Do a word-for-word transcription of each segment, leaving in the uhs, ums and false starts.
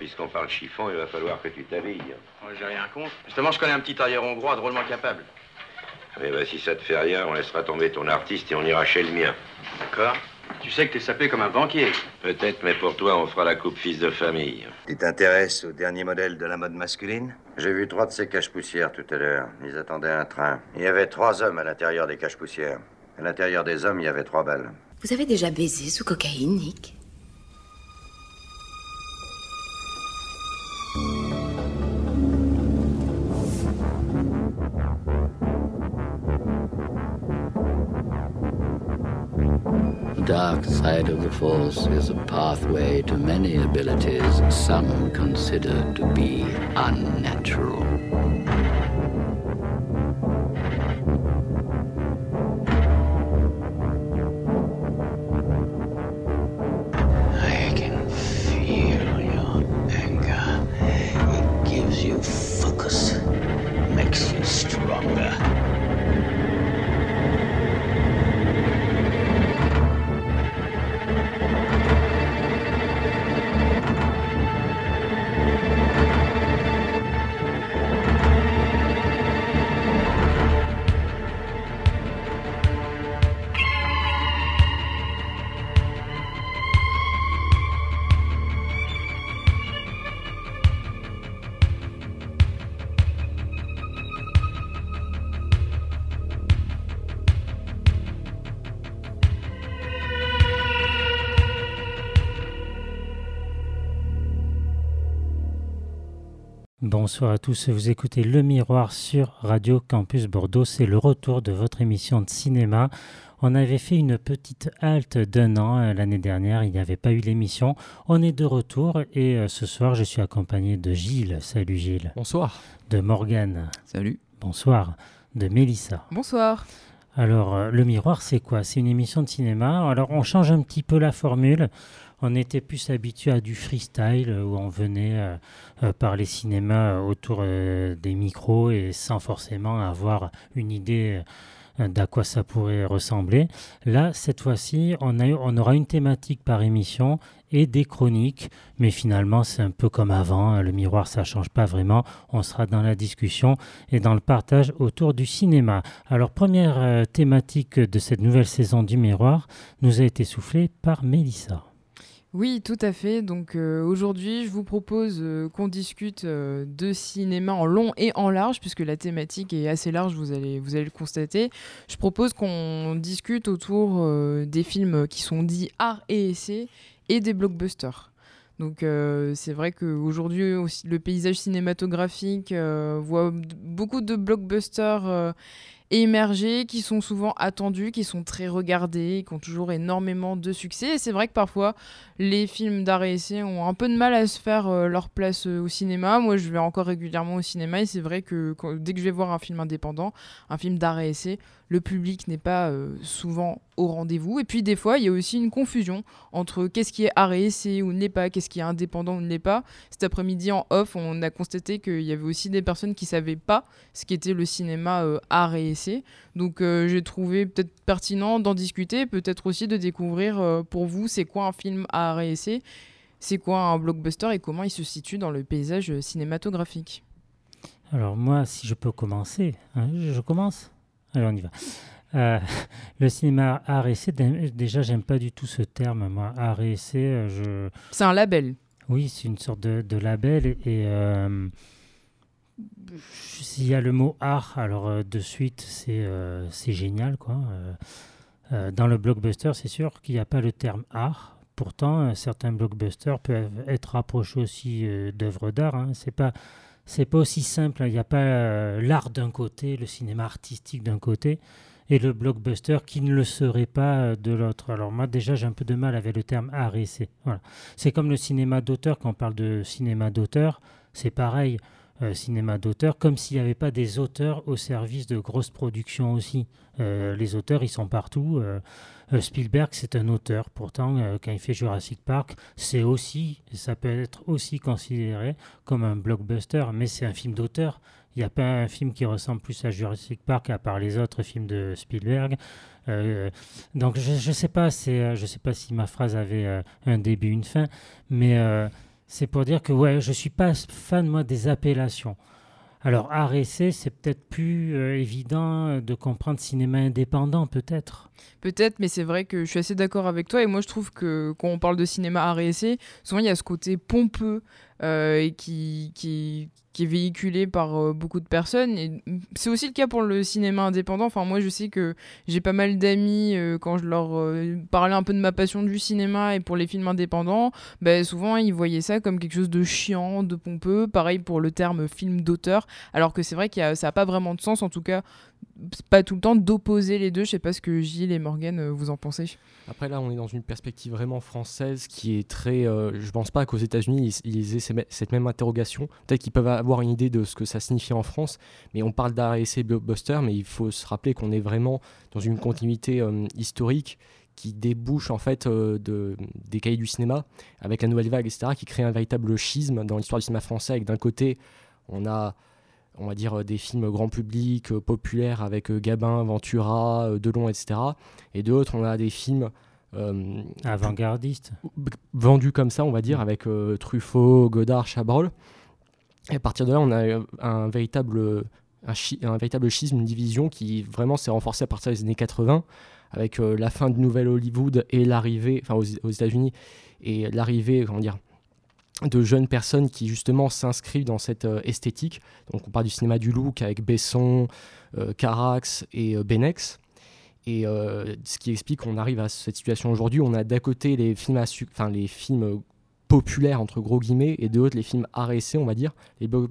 puisqu'on parle chiffon, il va falloir que tu t'habilles. Oh, j'ai rien contre. Justement, je connais un petit tailleur hongrois drôlement capable. Eh ben, si ça te fait rien, on laissera tomber ton artiste et on ira chez le mien. D'accord. Tu sais que t'es sapé comme un banquier. Peut-être, mais pour toi, on fera la coupe fils de famille. Tu t'intéresses au dernier modèle de la mode masculine? J'ai vu trois de ces cache-poussières tout à l'heure. Ils attendaient un train. Il y avait trois hommes à l'intérieur des cache-poussières. À l'intérieur des hommes, il y avait trois balles. Vous avez déjà baisé sous cocaïne, Nick? The dark side of the Force is a pathway to many abilities some consider to be unnatural. I can feel your anger. It gives you focus, makes you stronger. Bonsoir à tous, vous écoutez Le Miroir sur Radio Campus Bordeaux, c'est le retour de votre émission de cinéma. On avait fait une petite halte d'un an l'année dernière, il n'y avait pas eu l'émission. On est de retour et ce soir je suis accompagné de Gilles. Salut Gilles. Bonsoir. De Morgane. Salut. Bonsoir. De Mélissa. Bonsoir. Alors, Le Miroir, c'est quoi? C'est une émission de cinéma. Alors, on change un petit peu la formule. On était plus habitué à du freestyle où on venait euh, euh, parler cinéma autour euh, des micros et sans forcément avoir une idée euh, d'à quoi ça pourrait ressembler. Là, cette fois-ci, on, a, on aura une thématique par émission et des chroniques, mais finalement, c'est un peu comme avant. Le Miroir, ça ne change pas vraiment. On sera dans la discussion et dans le partage autour du cinéma. Alors, première euh, thématique de cette nouvelle saison du Miroir nous a été soufflée par Mélissa. Oui, tout à fait. Donc euh, aujourd'hui, je vous propose euh, qu'on discute euh, de cinéma en long et en large, puisque la thématique est assez large, vous allez, vous allez le constater. Je propose qu'on discute autour euh, des films qui sont dits art et essai et des blockbusters. Donc euh, c'est vrai qu'aujourd'hui, aussi, le paysage cinématographique euh, voit d- beaucoup de blockbusters euh, émergés, qui sont souvent attendus, qui sont très regardés, qui ont toujours énormément de succès. Et c'est vrai que parfois, les films d'art et essai ont un peu de mal à se faire euh, leur place euh, au cinéma. Moi, je vais encore régulièrement au cinéma et c'est vrai que quand, dès que je vais voir un film indépendant, un film d'art et essai, le public n'est pas euh, souvent au rendez-vous. Et puis des fois, il y a aussi une confusion entre qu'est-ce qui est art et essai ou ne l'est pas, qu'est-ce qui est indépendant ou ne l'est pas. Cet après-midi, en off, on a constaté qu'il y avait aussi des personnes qui ne savaient pas ce qu'était le cinéma euh, art et essai. Donc euh, j'ai trouvé peut-être pertinent d'en discuter, peut-être aussi de découvrir euh, pour vous c'est quoi un film art et essai, c'est quoi un blockbuster et comment il se situe dans le paysage cinématographique. Alors moi, si je peux commencer, hein, je commence. Alors on y va. Euh, le cinéma art et essai, déjà j'aime pas du tout ce terme, moi, art et essai. Je... C'est un label. Oui, c'est une sorte de, de label et... et euh... s'il y a le mot art, alors euh, de suite, c'est, euh, c'est génial, quoi. Euh, euh, dans le blockbuster, c'est sûr qu'il n'y a pas le terme art. Pourtant, euh, certains blockbusters peuvent être rapprochés aussi euh, d'œuvres d'art. Hein. C'est pas, c'est pas aussi simple. Il n'y a pas euh, l'art d'un côté, le cinéma artistique d'un côté, et le blockbuster qui ne le serait pas euh, de l'autre. Alors moi, déjà, j'ai un peu de mal avec le terme art et essai. Voilà. C'est comme le cinéma d'auteur. Quand on parle de cinéma d'auteur, c'est pareil. Euh, cinéma d'auteur, comme s'il n'y avait pas des auteurs au service de grosses productions aussi. Euh, les auteurs, ils sont partout. Euh, euh, Spielberg, c'est un auteur. Pourtant, euh, quand il fait Jurassic Park, c'est aussi, ça peut être aussi considéré comme un blockbuster, mais c'est un film d'auteur. Il n'y a pas un film qui ressemble plus à Jurassic Park à part les autres films de Spielberg. Euh, donc, je ne sais pas, c'est, je sais pas si ma phrase avait euh, un début, une fin, mais... Euh, C'est pour dire que ouais, je suis pas fan moi des appellations. Alors art et essai, c'est peut-être plus euh, évident de comprendre cinéma indépendant, peut-être. Peut-être, mais c'est vrai que je suis assez d'accord avec toi. Et moi, je trouve que quand on parle de cinéma art et essai, souvent il y a ce côté pompeux euh, et qui, qui, qui est véhiculé par euh, beaucoup de personnes. Et c'est aussi le cas pour le cinéma indépendant. Enfin, moi, je sais que j'ai pas mal d'amis, euh, quand je leur euh, parlais un peu de ma passion du cinéma et pour les films indépendants, ben, souvent ils voyaient ça comme quelque chose de chiant, de pompeux. Pareil pour le terme film d'auteur, alors que c'est vrai que ça n'a pas vraiment de sens, en tout cas pas tout le temps, d'opposer les deux. Je sais pas ce que Gilles et Morgane euh, vous en pensez. Après là on est dans une perspective vraiment française qui est très euh, je pense pas qu'aux États-Unis ils, ils aient ces, cette même interrogation. Peut-être qu'ils peuvent avoir une idée de ce que ça signifie en France, mais on parle d'art et essai blockbuster, mais il faut se rappeler qu'on est vraiment dans une continuité euh, historique qui débouche en fait euh, de, des cahiers du cinéma avec la nouvelle vague, et cetera, qui crée un véritable schisme dans l'histoire du cinéma français. Avec d'un côté on a on va dire des films grand public, euh, populaires avec euh, Gabin, Ventura, euh, Delon, et cetera. Et de l'autre, on a des films euh, avant-gardistes, b- vendus comme ça, on va dire, avec euh, Truffaut, Godard, Chabrol. Et à partir de là, on a un véritable, un, chi- un véritable schisme, une division qui vraiment s'est renforcée à partir des années quatre-vingts, avec euh, la fin du Nouvel Hollywood et l'arrivée, enfin aux, aux États-Unis, et l'arrivée, comment dire, de jeunes personnes qui justement s'inscrivent dans cette euh, esthétique. Donc on parle du cinéma du look avec Besson, euh, Carax et euh, Benex. Et euh, ce qui explique qu'on arrive à cette situation aujourd'hui. On a d'un côté les films, su- les films populaires, entre gros guillemets, et de l'autre les films art et essai, on va dire. Les blo-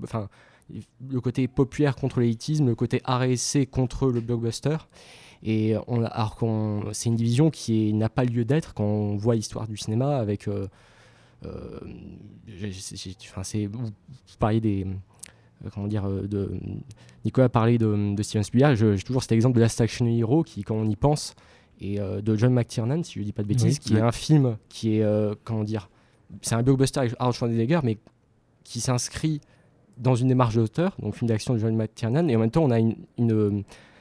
le côté populaire contre l'élitisme, le côté art et essai contre le blockbuster. Et on a, alors qu'on, c'est une division qui est, n'a pas lieu d'être quand on voit l'histoire du cinéma avec... Euh, Euh, j'ai, j'ai, enfin, c'est, vous parliez des euh, comment dire euh, de Nicolas parlait de, de Steven Spielberg. Je, j'ai toujours cet exemple de Last Action Hero qui, quand on y pense, et euh, de John McTiernan, si je dis pas de bêtises, oui, qui oui. est un film qui est euh, comment dire, c'est un blockbuster avec Arnold Schwarzenegger, mais qui s'inscrit dans une démarche d'auteur, donc film d'action de John McTiernan, et en même temps on a une une,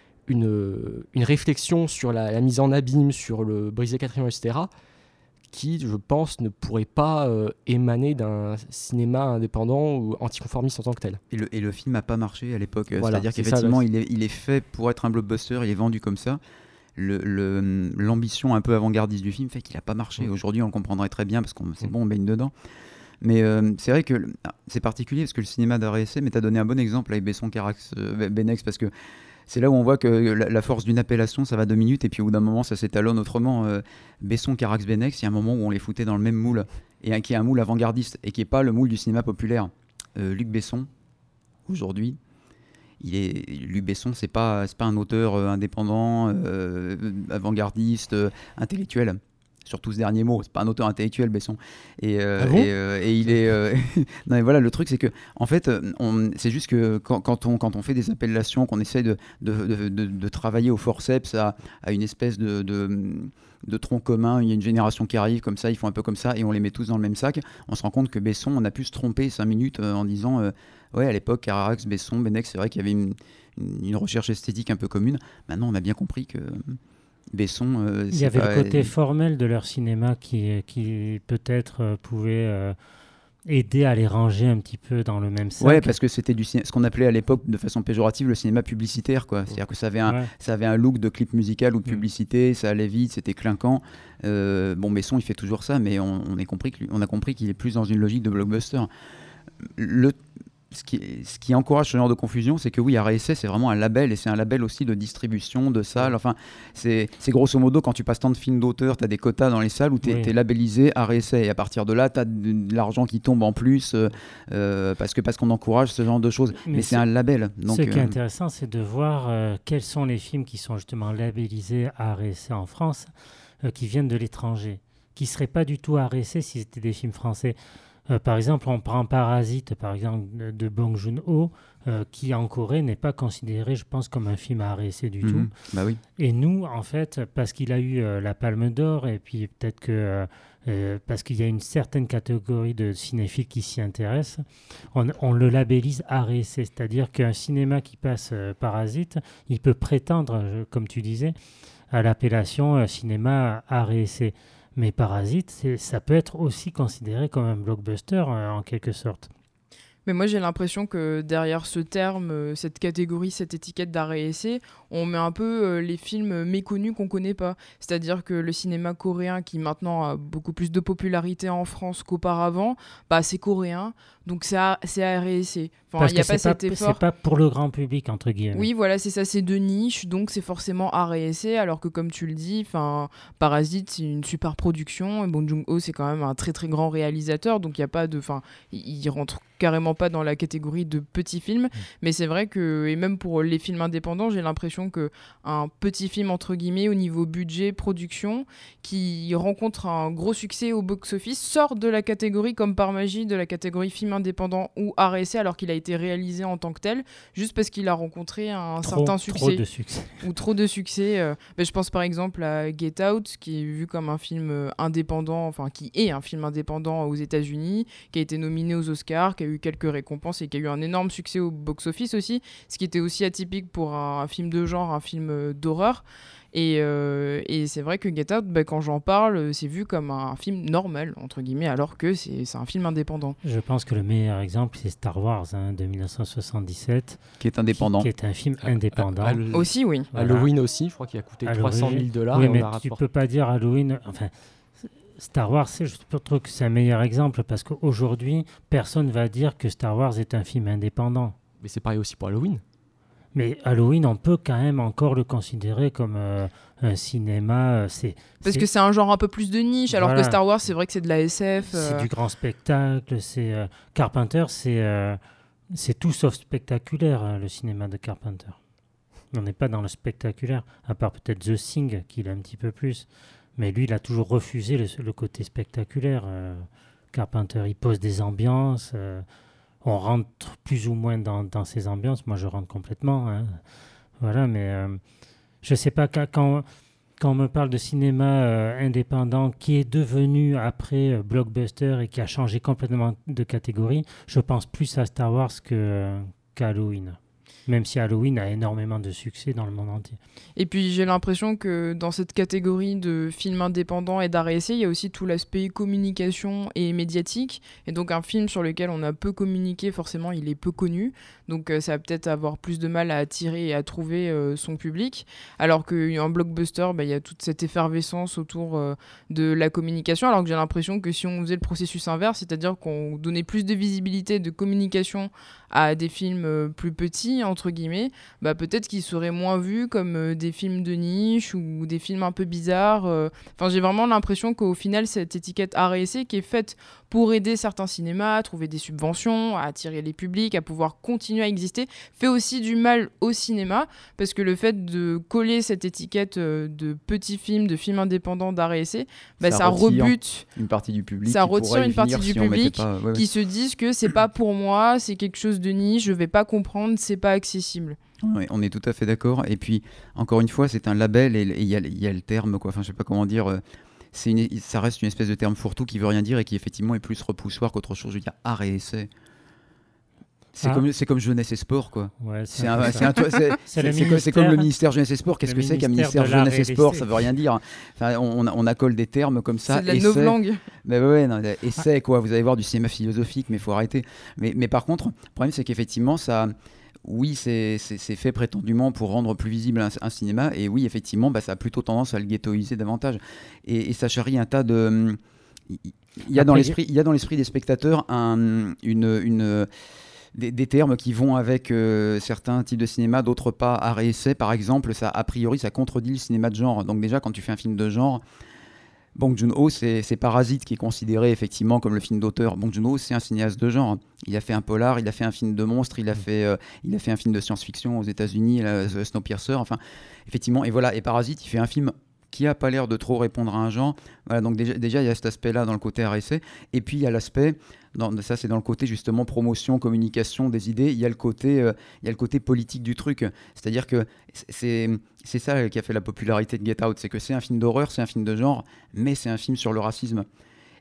une, une réflexion sur la, la mise en abîme, sur le briser quatrième, et cetera, qui, je pense, ne pourrait pas euh, émaner d'un cinéma indépendant ou anticonformiste en tant que tel. Et le, et le film n'a pas marché à l'époque. Voilà, c'est-à-dire c'est qu'effectivement, ça, il, est, il est fait pour être un blockbuster, il est vendu comme ça. Le, le, l'ambition un peu avant-gardiste du film fait qu'il n'a pas marché. Mmh. Aujourd'hui, on le comprendrait très bien parce que c'est mmh. bon, on baigne dedans. Mais euh, c'est vrai que c'est particulier parce que le cinéma d'art et essai, mais tu as donné un bon exemple avec Besson, Carax, euh, Benex, parce que c'est là où on voit que la, la force d'une appellation, ça va deux minutes, et puis au bout d'un moment, ça s'étalonne autrement. Euh, Besson, Carax, Benex, il y a un moment où on les foutait dans le même moule, et un, qui est un moule avant-gardiste, et qui n'est pas le moule du cinéma populaire. Euh, Luc Besson, aujourd'hui, il est, Luc Besson, c'est pas, c'est pas un auteur euh, indépendant, euh, avant-gardiste, euh, intellectuel. Surtout ce dernier mot, c'est pas un auteur intellectuel, Besson. Et, euh, ah bon et, euh, et il est. Euh... non, mais voilà, le truc, c'est que, en fait, on, c'est juste que quand, quand, on, quand on fait des appellations, qu'on essaie de, de, de, de, de travailler au forceps à, à une espèce de, de, de tronc commun, il y a une génération qui arrive comme ça, ils font un peu comme ça, et on les met tous dans le même sac, on se rend compte que Besson, on a pu se tromper cinq minutes euh, en disant, euh, ouais, à l'époque, Carax, Besson, Benex, c'est vrai qu'il y avait une, une, une recherche esthétique un peu commune. Maintenant, on a bien compris que. Besson, euh, il y avait pas... le côté formel de leur cinéma qui, qui peut-être euh, pouvait euh, aider à les ranger un petit peu dans le même sac. Ouais, parce que c'était du ciné- ce qu'on appelait à l'époque de façon péjorative le cinéma publicitaire, quoi. C'est-à-dire que ça avait un, ouais. ça avait un look de clip musical ou de publicité, mmh. ça allait vite, c'était clinquant. Euh, bon, Besson, il fait toujours ça, mais on, on, est compris que, on a compris qu'il est plus dans une logique de blockbuster. Le Ce qui, ce qui encourage ce genre de confusion, c'est que oui, art et essai, c'est vraiment un label, et c'est un label aussi de distribution, de salles. Enfin, c'est, c'est grosso modo, quand tu passes tant de films d'auteur, tu as des quotas dans les salles où tu es oui. labellisé art et essai. Et à partir de là, tu as de, de l'argent qui tombe en plus euh, euh, parce, que, parce qu'on encourage ce genre de choses. Mais, Mais c'est, c'est un label. Donc, ce qui est euh, intéressant, c'est de voir euh, quels sont les films qui sont justement labellisés art et essai en France, euh, qui viennent de l'étranger, qui ne seraient pas du tout art et essai si c'était des films français. Euh, par exemple, on prend Parasite, par exemple, de Bong Joon-ho, euh, qui en Corée n'est pas considéré, je pense, comme un film à art et essai du mmh, tout. Bah oui. Et nous, en fait, parce qu'il a eu euh, la Palme d'Or, et puis peut-être que euh, euh, parce qu'il y a une certaine catégorie de cinéphiles qui s'y intéressent, on, on le labellise art et essai. C'est-à-dire qu'un cinéma qui passe euh, Parasite, il peut prétendre, euh, comme tu disais, à l'appellation euh, cinéma art et essai. Mais Parasite, c'est, ça peut être aussi considéré comme un blockbuster euh, en quelque sorte. Mais moi, j'ai l'impression que derrière ce terme, euh, cette catégorie, cette étiquette d'art et essai, on met un peu euh, les films méconnus qu'on connaît pas. C'est-à-dire que le cinéma coréen, qui maintenant a beaucoup plus de popularité en France qu'auparavant, bah, c'est coréen, donc c'est, a- c'est art et essai. Enfin, Parce il n'y a que pas c'est cet pas, effort. c'est pas pour le grand public, entre guillemets. Oui, voilà, c'est ça, c'est de niche, donc c'est forcément art et essai, alors que comme tu le dis, enfin, Parasite, c'est une super production, et Bong Joon-ho, c'est quand même un très très grand réalisateur, donc il y a pas de, enfin, il il rentre carrément pas dans la catégorie de petits films, mais c'est vrai que, et même pour les films indépendants, j'ai l'impression que un petit film, entre guillemets, au niveau budget, production, qui rencontre un gros succès au box-office, sort de la catégorie, comme par magie, de la catégorie film indépendant ou art et essai, alors qu'il a été réalisé en tant que tel, juste parce qu'il a rencontré un Trop- certain trop succès. de succès. Ou trop de succès. euh, ben, je pense par exemple à Get Out, qui est vu comme un film euh, indépendant, enfin qui est un film indépendant aux États-Unis, qui a été nominé aux Oscars, qui a eu quelques récompenses et qui a eu un énorme succès au box-office aussi, ce qui était aussi atypique pour un, un film de genre, un film euh, d'horreur. Et, euh, et c'est vrai que Get Out, ben, quand j'en parle, c'est vu comme un film normal, entre guillemets, alors que c'est, c'est un film indépendant. Je pense que le meilleur exemple, c'est Star Wars hein, de dix-neuf cent soixante-dix-sept. Qui est indépendant. Qui, qui est un film indépendant. À- à- à- Aussi, oui. Voilà. Halloween aussi, je crois qu'il a coûté Halloween, trois cent mille dollars. Oui, et on mais a tu rapporté- peux pas dire Halloween. Enfin, Star Wars, c'est, je trouve que c'est un meilleur exemple parce qu'aujourd'hui, personne va dire que Star Wars est un film indépendant. Mais c'est pareil aussi pour Halloween. Mais Halloween, on peut quand même encore le considérer comme euh, un cinéma. euh, C'est, Parce c'est- que c'est un genre un peu plus de niche, alors Voilà. que Star Wars, c'est vrai que c'est de la S F. c'est euh, du grand spectacle. C'est euh, Carpenter, c'est euh, c'est tout sauf spectaculaire euh, le cinéma de Carpenter. On n'est pas dans le spectaculaire, à part peut-être The Thing qu'il a un petit peu plus. Mais lui, il a toujours refusé le, le côté spectaculaire. euh, Carpenter, il pose des ambiances. euh, on rentre plus ou moins dans, dans ces ambiances. Moi, je rentre complètement. hein. Voilà, mais euh, je sais pas, quand, quand, quand on me parle de cinéma euh, indépendant qui est devenu après euh, blockbuster et qui a changé complètement de catégorie, je pense plus à Star Wars que, euh, qu'à Halloween. Même si Halloween a énormément de succès dans le monde entier. Et puis j'ai l'impression que dans cette catégorie de films indépendants et d'art et essai, il y a aussi tout l'aspect communication et médiatique. Et donc un film sur lequel on a peu communiqué, forcément il est peu connu. Donc euh, ça va peut-être avoir plus de mal à attirer et à trouver euh, son public. Alors qu'un blockbuster, bah, il y a toute cette effervescence autour euh, de la communication. Alors que j'ai l'impression que si on faisait le processus inverse, c'est-à-dire qu'on donnait plus de visibilité, de communication à des films euh, plus petits, entre guillemets, bah, peut-être qu'ils seraient moins vus comme euh, des films de niche ou des films un peu bizarres. euh. Enfin, j'ai vraiment l'impression qu'au final, cette étiquette art et essai qui est faite pour aider certains cinémas à trouver des subventions, à attirer les publics, à pouvoir continuer à exister, fait aussi du mal au cinéma, parce que le fait de coller cette étiquette euh, de petits films, de films indépendants d'art et essai, bah, ça, Ça retire rebute une partie du public ça qui pourrait retire y une partie venir du si on mettait public pas- ouais, ouais. qui se disent que c'est pas pour moi, c'est quelque chose de niche, je vais pas comprendre, c'est pas accessible. Ouais, on est tout à fait d'accord. Et puis, encore une fois, c'est un label et et il y, a- il y a le terme, quoi. Enfin, je sais pas comment dire. euh, C'est une, ça reste une espèce de terme fourre-tout qui veut rien dire et qui effectivement est plus repoussoir qu'autre chose. Je veux dire, art et essai. C'est Ah. comme, c'est comme jeunesse et sport, quoi. Ouais, c'est c'est, un un, peu c'est, ça. un- c'est- C'est c'est- le c'est co- c'est comme le ministère- ministère jeunesse et sport. Qu'est-ce le que c'est qu'un ministère ministère de l'art jeunesse et et sport? l'essai. Ça veut rien dire. Enfin, on, on accole des termes comme ça. C'est de la essai. novlangue. Mais ouais, ouais, non, essai, quoi. Vous allez voir du cinéma philosophique, mais il faut arrêter. Mais, mais par contre, le problème, c'est qu'effectivement, ça. Oui, c'est, c'est, c'est fait prétendument pour rendre plus visible un, un cinéma, et oui, effectivement, bah, ça a plutôt tendance à le ghettoiser davantage. Et, et ça charrie un tas de... Il y a, dans Après, l'esprit, il y a dans l'esprit des spectateurs un, une... une des, des termes qui vont avec euh, certains types de cinéma, d'autres pas. Art et essai, par exemple, ça, a priori, ça contredit le cinéma de genre. Donc déjà, quand tu fais un film de genre, Bong Joon-ho, c'est, c'est Parasite qui est considéré effectivement comme le film d'auteur. Bong Joon-ho, c'est un cinéaste de genre. Il a fait un polar, il a fait un film de monstre, il a fait, euh, il a fait un film de science-fiction aux États-Unis, la- The Snowpiercer. Enfin, effectivement, et voilà. Et Parasite, il fait un film qui a pas l'air de trop répondre à un genre. Voilà, donc déjà, déjà, il y a cet aspect-là dans le côté art et essai. Et puis, il y a l'aspect, dans, ça c'est dans le côté justement promotion, communication des idées, il y a le côté, euh, il y a le côté politique du truc. C'est-à-dire que c'est, c'est ça qui a fait la popularité de Get Out, c'est que c'est un film d'horreur, c'est un film de genre, mais c'est un film sur le racisme.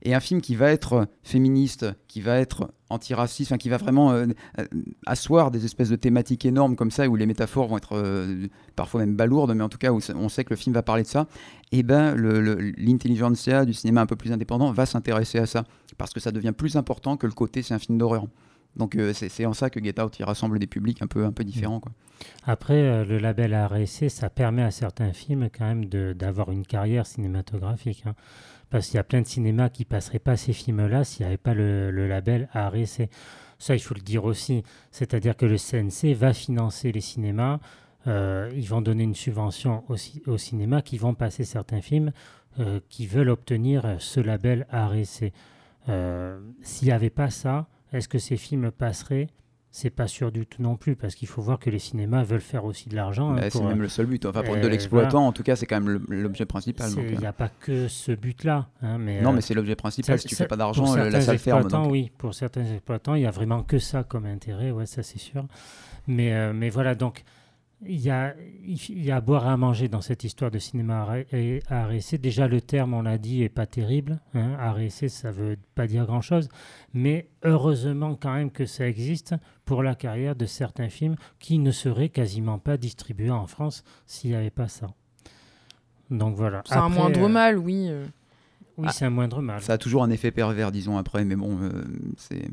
Et un film qui va être féministe, qui va être antiraciste, enfin, qui va vraiment euh, euh, asseoir des espèces de thématiques énormes comme ça, où les métaphores vont être euh, parfois même balourdes, mais en tout cas où on sait que le film va parler de ça, et ben le, le, l'intelligentsia du cinéma un peu plus indépendant va s'intéresser à ça, parce que ça devient plus important que le côté c'est un film d'horreur. Donc euh, c'est, c'est en ça que Get Out il rassemble des publics un peu, un peu différents, quoi. Après, euh, le label A R C, ça permet à certains films quand même de, d'avoir une carrière cinématographique. Hein. Parce qu'il y a plein de cinémas qui ne passeraient pas ces films-là s'il n'y avait pas le, le label A R C. Ça, il faut le dire aussi. C'est-à-dire que le C N C va financer les cinémas. Euh, ils vont donner une subvention au, au cinéma qui vont passer certains films euh, qui veulent obtenir ce label A R C. Euh, s'il n'y avait pas ça, est-ce que ces films passeraient ? C'est pas sûr du tout non plus, parce qu'il faut voir que les cinémas veulent faire aussi de l'argent. Bah, hein, c'est pour, même le seul but. Enfin, pour euh, de l'exploitant, voilà. en tout cas, c'est quand même le, l'objet principal. Il n'y a pas que ce but-là. Hein, mais, non, euh, mais c'est l'objet principal. Ça, si tu ne ça, fais pas d'argent, la salle ferme. Donc. Oui, pour certains exploitants, il n'y a vraiment que ça comme intérêt, ouais, ça c'est sûr. Mais, euh, mais voilà, donc il y a, il y a à boire et à manger dans cette histoire de cinéma A R C. Déjà, le terme, on l'a dit, n'est pas terrible. Hein. A R C, ça ne veut pas dire grand-chose. Mais heureusement quand même que ça existe pour la carrière de certains films qui ne seraient quasiment pas distribués en France s'il n'y avait pas ça. Donc voilà. C'est après, un moindre euh... mal, oui. Euh... Oui, ah, c'est un moindre mal. Ça a toujours un effet pervers, disons, après. Mais bon, euh, c'est...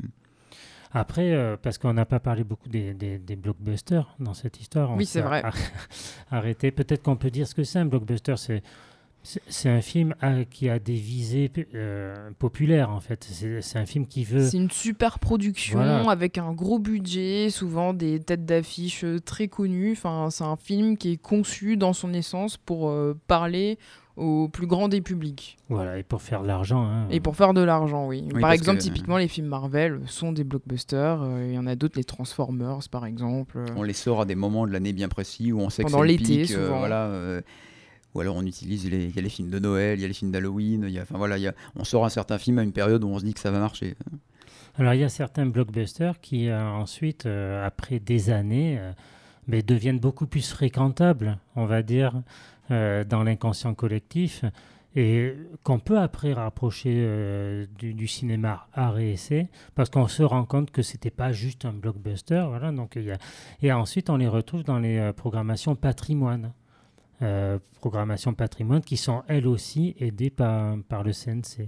Après, euh, parce qu'on n'a pas parlé beaucoup des, des, des blockbusters dans cette histoire. Oui, c'est vrai. Arrêtez. Peut-être qu'on peut dire ce que c'est un blockbuster. C'est, c'est, c'est un film à, qui a des visées euh, populaires, en fait. C'est, c'est un film qui veut... C'est une super production voilà. avec un gros budget, souvent des têtes d'affiche très connues. Enfin, c'est un film qui est conçu dans son essence pour euh, parler au plus grand des publics. Voilà, et pour faire de l'argent. Hein. Et pour faire de l'argent, oui. oui par exemple, que, typiquement, euh... les films Marvel sont des blockbusters. Il euh, y en a d'autres, les Transformers, par exemple. On les sort à des moments de l'année bien précis où on sait Pendant que c'est l'été, le pic. souvent. Euh, voilà, euh, ou alors on utilise, les, il y a les films de Noël, il y a les films d'Halloween. Il y a, enfin, voilà, il y a, on sort un certain film à une période où on se dit que ça va marcher. Alors, il y a certains blockbusters qui, euh, ensuite, euh, après des années, euh, mais deviennent beaucoup plus fréquentables, on va dire, euh, dans l'inconscient collectif. Et qu'on peut après rapprocher euh, du, du cinéma A R C, parce qu'on se rend compte que c'était pas juste un blockbuster, voilà. Donc il y a... et ensuite on les retrouve dans les euh, programmations patrimoine, euh, programmations patrimoine qui sont elles aussi aidées par par le C N C.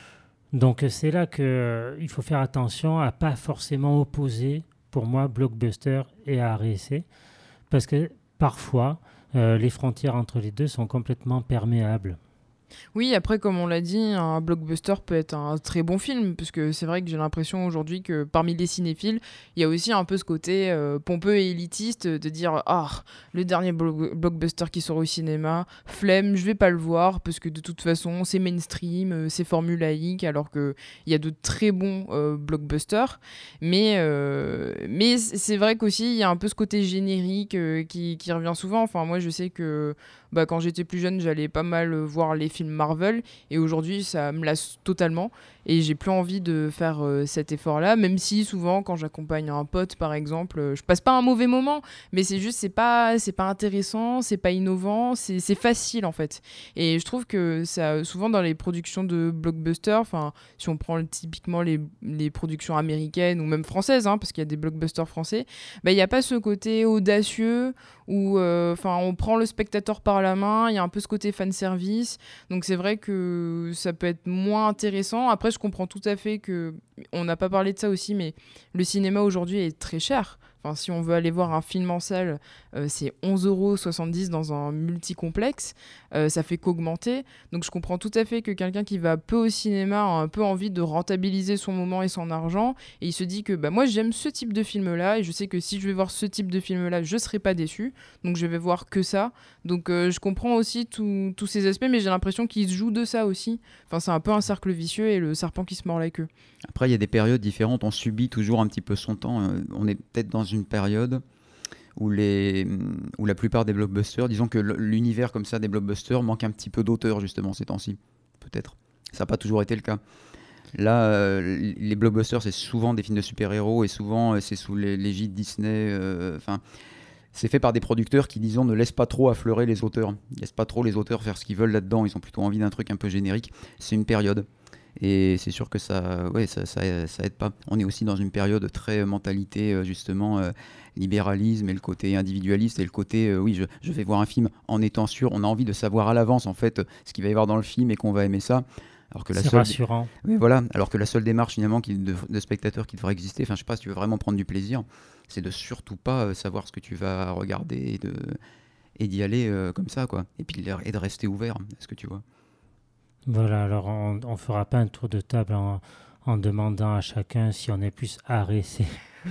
Donc c'est là que euh, il faut faire attention à pas forcément opposer, pour moi, blockbuster et A R C, parce que parfois euh, les frontières entre les deux sont complètement perméables. Oui, après, comme on l'a dit, un blockbuster peut être un très bon film, parce que c'est vrai que j'ai l'impression aujourd'hui que parmi les cinéphiles, il y a aussi un peu ce côté euh, pompeux et élitiste de dire « Ah, le dernier blo- blockbuster qui sort au cinéma, flemme, je vais pas le voir, parce que de toute façon, c'est mainstream, euh, c'est formulaïque, alors qu'il y a de très bons euh, blockbusters. » Mais, euh, mais c'est vrai qu'aussi, il y a un peu ce côté générique euh, qui, qui revient souvent. Enfin, moi, je sais que bah, quand j'étais plus jeune, j'allais pas mal voir les films Marvel, et aujourd'hui ça me lasse totalement et j'ai plus envie de faire euh, cet effort-là, même si souvent quand j'accompagne un pote par exemple, euh, je passe pas un mauvais moment, mais c'est juste c'est pas c'est pas intéressant, c'est pas innovant, c'est c'est facile en fait. Et je trouve que ça souvent dans les productions de blockbusters, enfin si on prend typiquement les les productions américaines ou même françaises, hein, parce qu'il y a des blockbusters français, bah il y a pas ce côté audacieux où enfin euh, on prend le spectateur par la main, il y a un peu ce côté fan service. Donc c'est vrai que ça peut être moins intéressant. Après, je comprends tout à fait que on n'a pas parlé de ça aussi, mais le cinéma aujourd'hui est très cher. Enfin, si on veut aller voir un film en salle, euh, c'est onze euros soixante-dix dans un multicomplexe. Euh, ça fait qu'augmenter. Donc je comprends tout à fait que quelqu'un qui va peu au cinéma a un peu envie de rentabiliser son moment et son argent. Et il se dit que bah, moi, j'aime ce type de film-là. Et je sais que si je vais voir ce type de film-là, je ne serai pas déçu. Donc je vais voir que ça. Donc euh, je comprends aussi tous ces aspects, mais j'ai l'impression qu'ils se jouent de ça aussi. Enfin, c'est un peu un cercle vicieux et le serpent qui se mord la queue. Après, il y a des périodes différentes. On subit toujours un petit peu son temps. On est peut-être dans une période où, les, où la plupart des blockbusters, disons que l'univers comme ça des blockbusters manque un petit peu d'auteur justement ces temps-ci, peut-être. Ça n'a pas toujours été le cas. Là, euh, les blockbusters, c'est souvent des films de super-héros et souvent c'est sous l'égide Disney. Enfin, euh, c'est fait par des producteurs qui, disons, ne laissent pas trop affleurer les auteurs. Ils ne laissent pas trop les auteurs faire ce qu'ils veulent là-dedans. Ils ont plutôt envie d'un truc un peu générique. C'est une période. Et c'est sûr que ça, ouais, ça, ça, ça aide pas. On est aussi dans une période très mentalité, euh, justement, euh, libéralisme et le côté individualiste et le côté, euh, oui, je, je vais voir un film en étant sûr. On a envie de savoir à l'avance, en fait, ce qu'il va y avoir dans le film et qu'on va aimer ça. Alors que la c'est seule... rassurant. Oui, voilà. Alors que la seule démarche, finalement, qui, de, de spectateur qui devrait exister, enfin, je sais pas, si tu veux vraiment prendre du plaisir, c'est de surtout pas euh, savoir ce que tu vas regarder et, de, et d'y aller euh, comme ça, quoi. Et puis et de rester ouvert, est-ce que tu vois? Voilà, alors on ne fera pas un tour de table en, en demandant à chacun si on est plus art et essai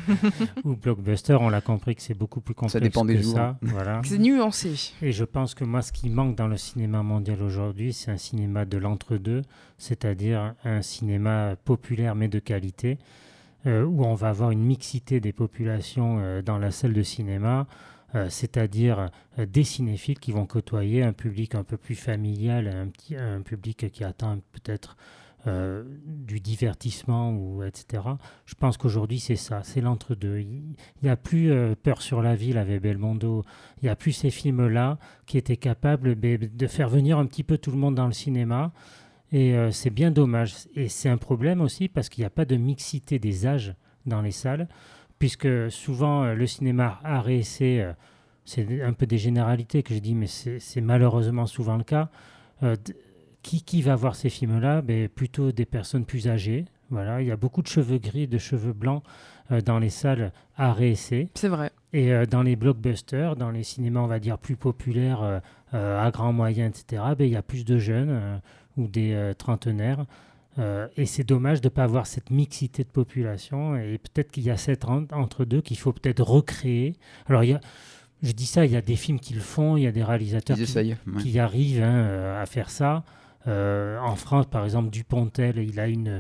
ou blockbuster. On l'a compris que c'est beaucoup plus complexe ça dépend que des jours. ça. Voilà. C'est nuancé. Et je pense que moi, ce qui manque dans le cinéma mondial aujourd'hui, c'est un cinéma de l'entre-deux, c'est-à-dire un cinéma populaire mais de qualité, euh, où on va avoir une mixité des populations euh, dans la salle de cinéma. Euh, c'est-à-dire euh, des cinéphiles qui vont côtoyer un public un peu plus familial, un, petit, un public qui attend peut-être euh, du divertissement, ou, et cetera. Je pense qu'aujourd'hui, c'est ça, c'est l'entre-deux. Il n'y a plus euh, Peur sur la ville avec Belmondo, il n'y a plus ces films-là qui étaient capables de faire venir un petit peu tout le monde dans le cinéma. Et euh, c'est bien dommage. Et c'est un problème aussi parce qu'il n'y a pas de mixité des âges dans les salles, puisque souvent euh, le cinéma art et essai, euh, c'est un peu des généralités que je dis, mais c'est, c'est malheureusement souvent le cas. Euh, d- qui, qui va voir ces films-là? Ben, plutôt des personnes plus âgées. Voilà. Il y a beaucoup de cheveux gris, de cheveux blancs euh, dans les salles art et essai. C'est vrai. Et euh, dans les blockbusters, dans les cinémas, on va dire, plus populaires, euh, euh, à grand moyen, et cetera, ben, il y a plus de jeunes euh, ou des euh, trentenaires. Euh, et c'est dommage de ne pas avoir cette mixité de population, et peut-être qu'il y a cette en- entre deux qu'il faut peut-être recréer. Alors, il y a, je dis ça, il y a des films qui le font, il y a des réalisateurs Ils qui, essayent, ouais. qui arrivent hein, euh, à faire ça. Euh, en France, par exemple, Dupontel, il a une,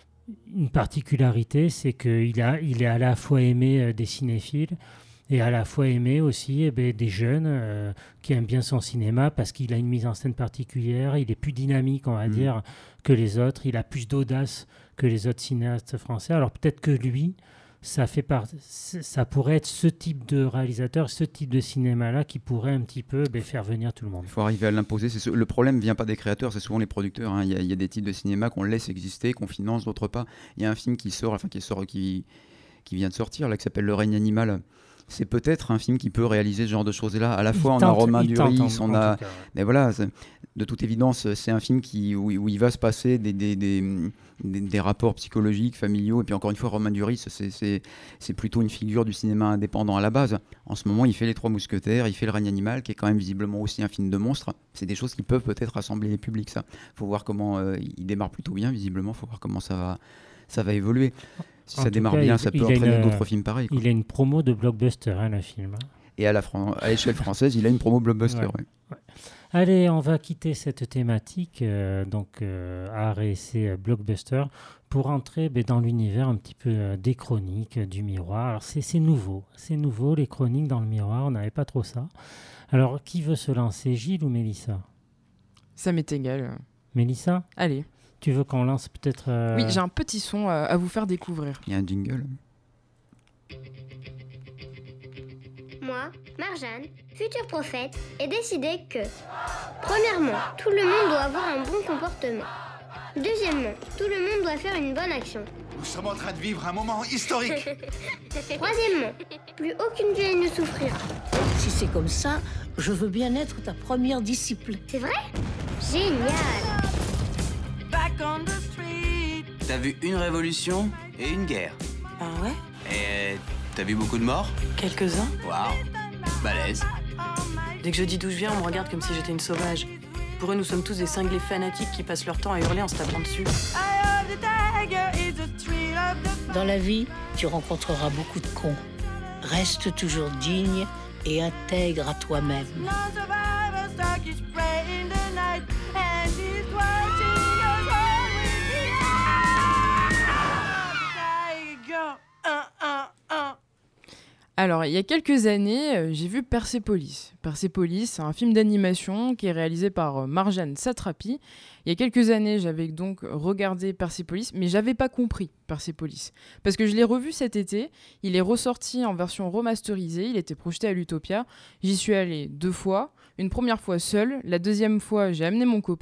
une particularité, c'est qu'il a, il est à la fois aimé euh, des cinéphiles et à la fois aimé aussi eh ben, des jeunes euh, qui aiment bien son cinéma parce qu'il a une mise en scène particulière, il est plus dynamique, on va Mmh. dire, que les autres, il a plus d'audace que les autres cinéastes français. Alors peut-être que lui, ça, fait par... ça pourrait être ce type de réalisateur, ce type de cinéma-là qui pourrait un petit peu ben, faire venir tout le monde. Il faut arriver à l'imposer. C'est ce- Le problème ne vient pas des créateurs, c'est souvent les producteurs. hein. Il y, a- il y a des types de cinéma qu'on laisse exister, qu'on finance, d'autres pas. Il y a un film qui sort, enfin qui sort, qui, qui vient de sortir, là, qui s'appelle Le règne animal. C'est peut-être un film qui peut réaliser ce genre de choses-là. À la Il fois, on a tente- Romain il tente, Duris, en- on en a. tout cas, ouais. Mais voilà, c'est- de toute évidence, c'est un film qui, où, où il va se passer des, des, des, des- des rapports psychologiques, familiaux. Et puis encore une fois, Romain Duris, c'est, c'est, c'est plutôt une figure du cinéma indépendant à la base. En ce moment, il fait Les Trois Mousquetaires, il fait Le règne animal, qui est quand même visiblement aussi un film de monstre. C'est des choses qui peuvent peut-être rassembler les publics, ça. Il faut voir comment. euh, il démarre plutôt bien, visiblement. Il faut voir comment ça va, ça va évoluer. Si En ça tout démarre cas, bien, il- ça peut il a entraîner une- d'autres films pareils, quoi. Il a une promo de blockbuster, hein, le film. hein. Et à, la Fran- à l'échelle française, il a une promo blockbuster. Ouais. ouais. Ouais. Allez, on va quitter cette thématique, euh, donc euh, art et essai euh, blockbuster, pour entrer ben, dans l'univers un petit peu euh, des chroniques, euh, du miroir. Alors c'est, c'est nouveau, c'est nouveau, les chroniques dans le miroir, on n'avait pas trop ça. Alors, qui veut se lancer, Gilles ou Mélissa? Ça m'est égal. Mélissa, Allez. tu veux qu'on lance peut-être... euh, Oui, j'ai un petit son euh, à vous faire découvrir. Il y a un jingle. Moi, Marjane, futur prophète, ai décidé que, premièrement, tout le monde doit avoir un bon comportement. Deuxièmement, tout le monde doit faire une bonne action. Nous sommes en train de vivre un moment historique. Troisièmement, plus aucune vieille ne souffrira. Si c'est comme ça, je veux bien être ta première disciple. C'est vrai? Génial! T'as vu une révolution et une guerre. Ah ouais? Et t'as vu beaucoup de morts? Quelques-uns. Waouh, balèze. Dès que je dis d'où je viens, on me regarde comme si j'étais une sauvage. Pour eux, nous sommes tous des cinglés fanatiques qui passent leur temps à hurler en se tapant dessus. Dans la vie, tu rencontreras beaucoup de cons. Reste toujours digne et intègre à toi-même. Alors, il y a quelques années, euh, j'ai vu Persepolis. Persepolis, c'est un film d'animation qui est réalisé par euh, Marjane Satrapi. Il y a quelques années, j'avais donc regardé Persepolis, mais j'avais pas compris Persepolis. Parce que je l'ai revu cet été, il est ressorti en version remasterisée, il était projeté à l'Utopia. J'y suis allée deux fois, une première fois seule, la deuxième fois, j'ai amené mon copain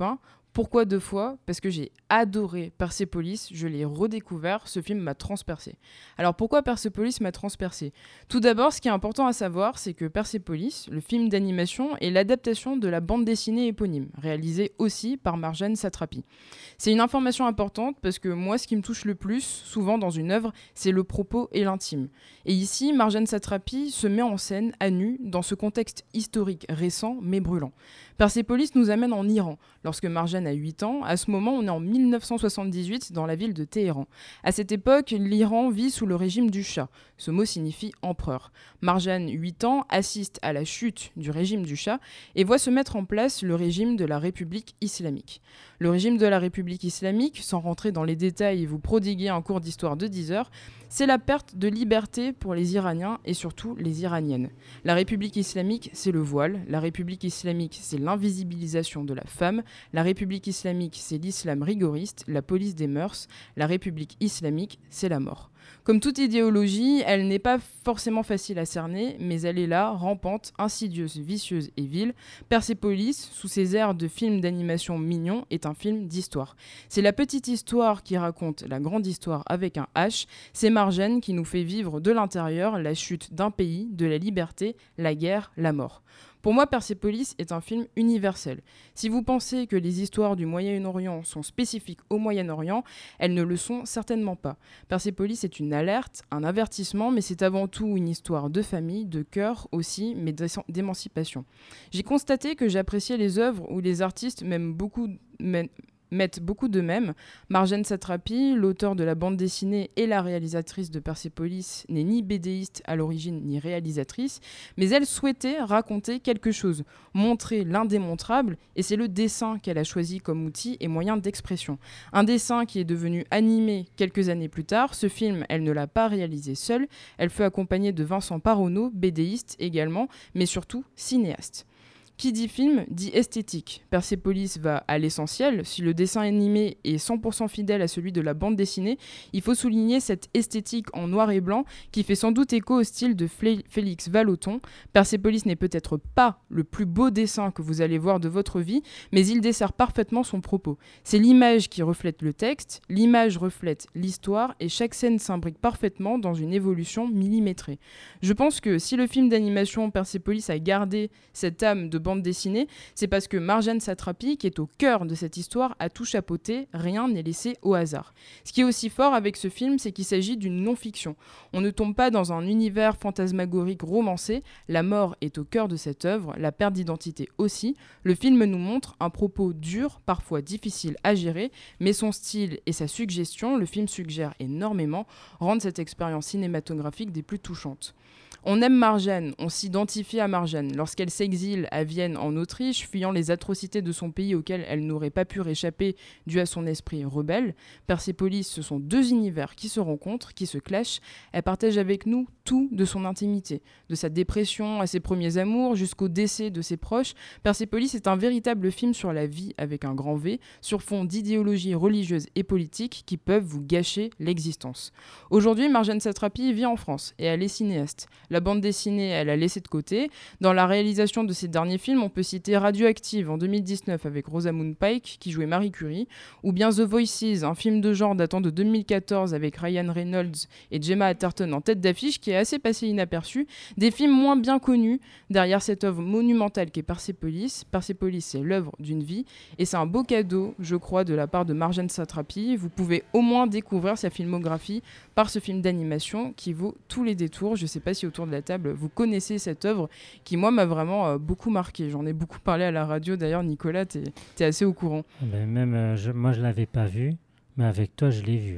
Pourquoi deux fois ? Parce que j'ai adoré Persepolis, je l'ai redécouvert, ce film m'a transpercé. Alors pourquoi Persepolis m'a transpercé ? Tout d'abord, ce qui est important à savoir, c'est que Persepolis, le film d'animation, est l'adaptation de la bande dessinée éponyme, réalisée aussi par Marjane Satrapi. C'est une information importante parce que moi, ce qui me touche le plus, souvent dans une œuvre, c'est le propos et l'intime. Et ici, Marjane Satrapi se met en scène à nu dans ce contexte historique récent mais brûlant. Persepolis nous amène en Iran, lorsque Marjane a huit ans. À ce moment, on est en mille neuf cent soixante-dix-huit dans la ville de Téhéran. À cette époque, l'Iran vit sous le régime du Shah. Ce mot signifie empereur. Marjane, huit ans, assiste à la chute du régime du Shah et voit se mettre en place le régime de la République islamique. Le régime de la République islamique, sans rentrer dans les détails et vous prodiguer un cours d'histoire de dix heures, c'est la perte de liberté pour les Iraniens et surtout les Iraniennes. La République islamique, c'est le voile. La République islamique, c'est l'invisibilisation de la femme. La République islamique, c'est l'islam rigoriste, la police des mœurs. La République islamique, c'est la mort. Comme toute idéologie, elle n'est pas forcément facile à cerner, mais elle est là, rampante, insidieuse, vicieuse et vile. Persepolis, sous ses airs de film d'animation mignon, est un film d'histoire. C'est la petite histoire qui raconte la grande histoire avec un H. C'est Marjane qui nous fait vivre de l'intérieur la chute d'un pays, de la liberté, la guerre, la mort. Pour moi, Persepolis est un film universel. Si vous pensez que les histoires du Moyen-Orient sont spécifiques au Moyen-Orient, elles ne le sont certainement pas. Persepolis est une alerte, un avertissement, mais c'est avant tout une histoire de famille, de cœur aussi, mais d'émancipation. J'ai constaté que j'appréciais les œuvres où les artistes m'aiment beaucoup... M'aiment mettent beaucoup d'eux-mêmes. Marjane Satrapi, l'auteur de la bande dessinée et la réalisatrice de Persepolis, n'est ni bédéiste à l'origine ni réalisatrice, mais elle souhaitait raconter quelque chose, montrer l'indémontrable, et c'est le dessin qu'elle a choisi comme outil et moyen d'expression. Un dessin qui est devenu animé quelques années plus tard. Ce film, elle ne l'a pas réalisé seule, elle fut accompagnée de Vincent Paronneau, bédéiste également, mais surtout cinéaste. Qui dit film, dit esthétique. Persepolis va à l'essentiel. Si le dessin animé est cent pour cent fidèle à celui de la bande dessinée, il faut souligner cette esthétique en noir et blanc qui fait sans doute écho au style de Flé- Félix Vallotton. Persepolis n'est peut-être pas le plus beau dessin que vous allez voir de votre vie, mais il dessert parfaitement son propos. C'est l'image qui reflète le texte, l'image reflète l'histoire et chaque scène s'imbrique parfaitement dans une évolution millimétrée. Je pense que si le film d'animation Persepolis a gardé cette âme de bande dessinée, c'est parce que Marjane Satrapi, qui est au cœur de cette histoire, a tout chapeauté, rien n'est laissé au hasard. Ce qui est aussi fort avec ce film, c'est qu'il s'agit d'une non-fiction. On ne tombe pas dans un univers fantasmagorique romancé, la mort est au cœur de cette œuvre, la perte d'identité aussi. Le film nous montre un propos dur, parfois difficile à gérer, mais son style et sa suggestion, le film suggère énormément, rendent cette expérience cinématographique des plus touchantes. On aime Marjane, on s'identifie à Marjane. Lorsqu'elle s'exile à Vienne en Autriche, fuyant les atrocités de son pays auxquelles elle n'aurait pas pu réchapper dû à son esprit rebelle, Persepolis, ce sont deux univers qui se rencontrent, qui se clashent. Elle partage avec nous tout de son intimité, de sa dépression à ses premiers amours jusqu'au décès de ses proches. Persepolis est un véritable film sur la vie avec un grand V, sur fond d'idéologies religieuses et politiques qui peuvent vous gâcher l'existence. Aujourd'hui, Marjane Satrapi vit en France et elle est cinéaste. La bande dessinée, elle a laissé de côté. Dans la réalisation de ses derniers films, on peut citer Radioactive en deux mille dix-neuf avec Rosamund Pike qui jouait Marie Curie, ou bien The Voices, un film de genre datant de deux mille quatorze avec Ryan Reynolds et Gemma Arterton en tête d'affiche qui est assez passé inaperçu. Des films moins bien connus derrière cette œuvre monumentale qu'est Persepolis. Persepolis, c'est l'œuvre d'une vie et c'est un beau cadeau, je crois, de la part de Marjane Satrapi. Vous pouvez au moins découvrir sa filmographie par ce film d'animation qui vaut tous les détours. Je ne sais pas si autour de la table vous connaissez cette œuvre qui moi m'a vraiment euh, beaucoup marqué. J'en ai beaucoup parlé à la radio d'ailleurs. Nicolas, tu es assez au courant. Ben même euh, je, moi je l'avais pas vu, mais avec toi je l'ai vu.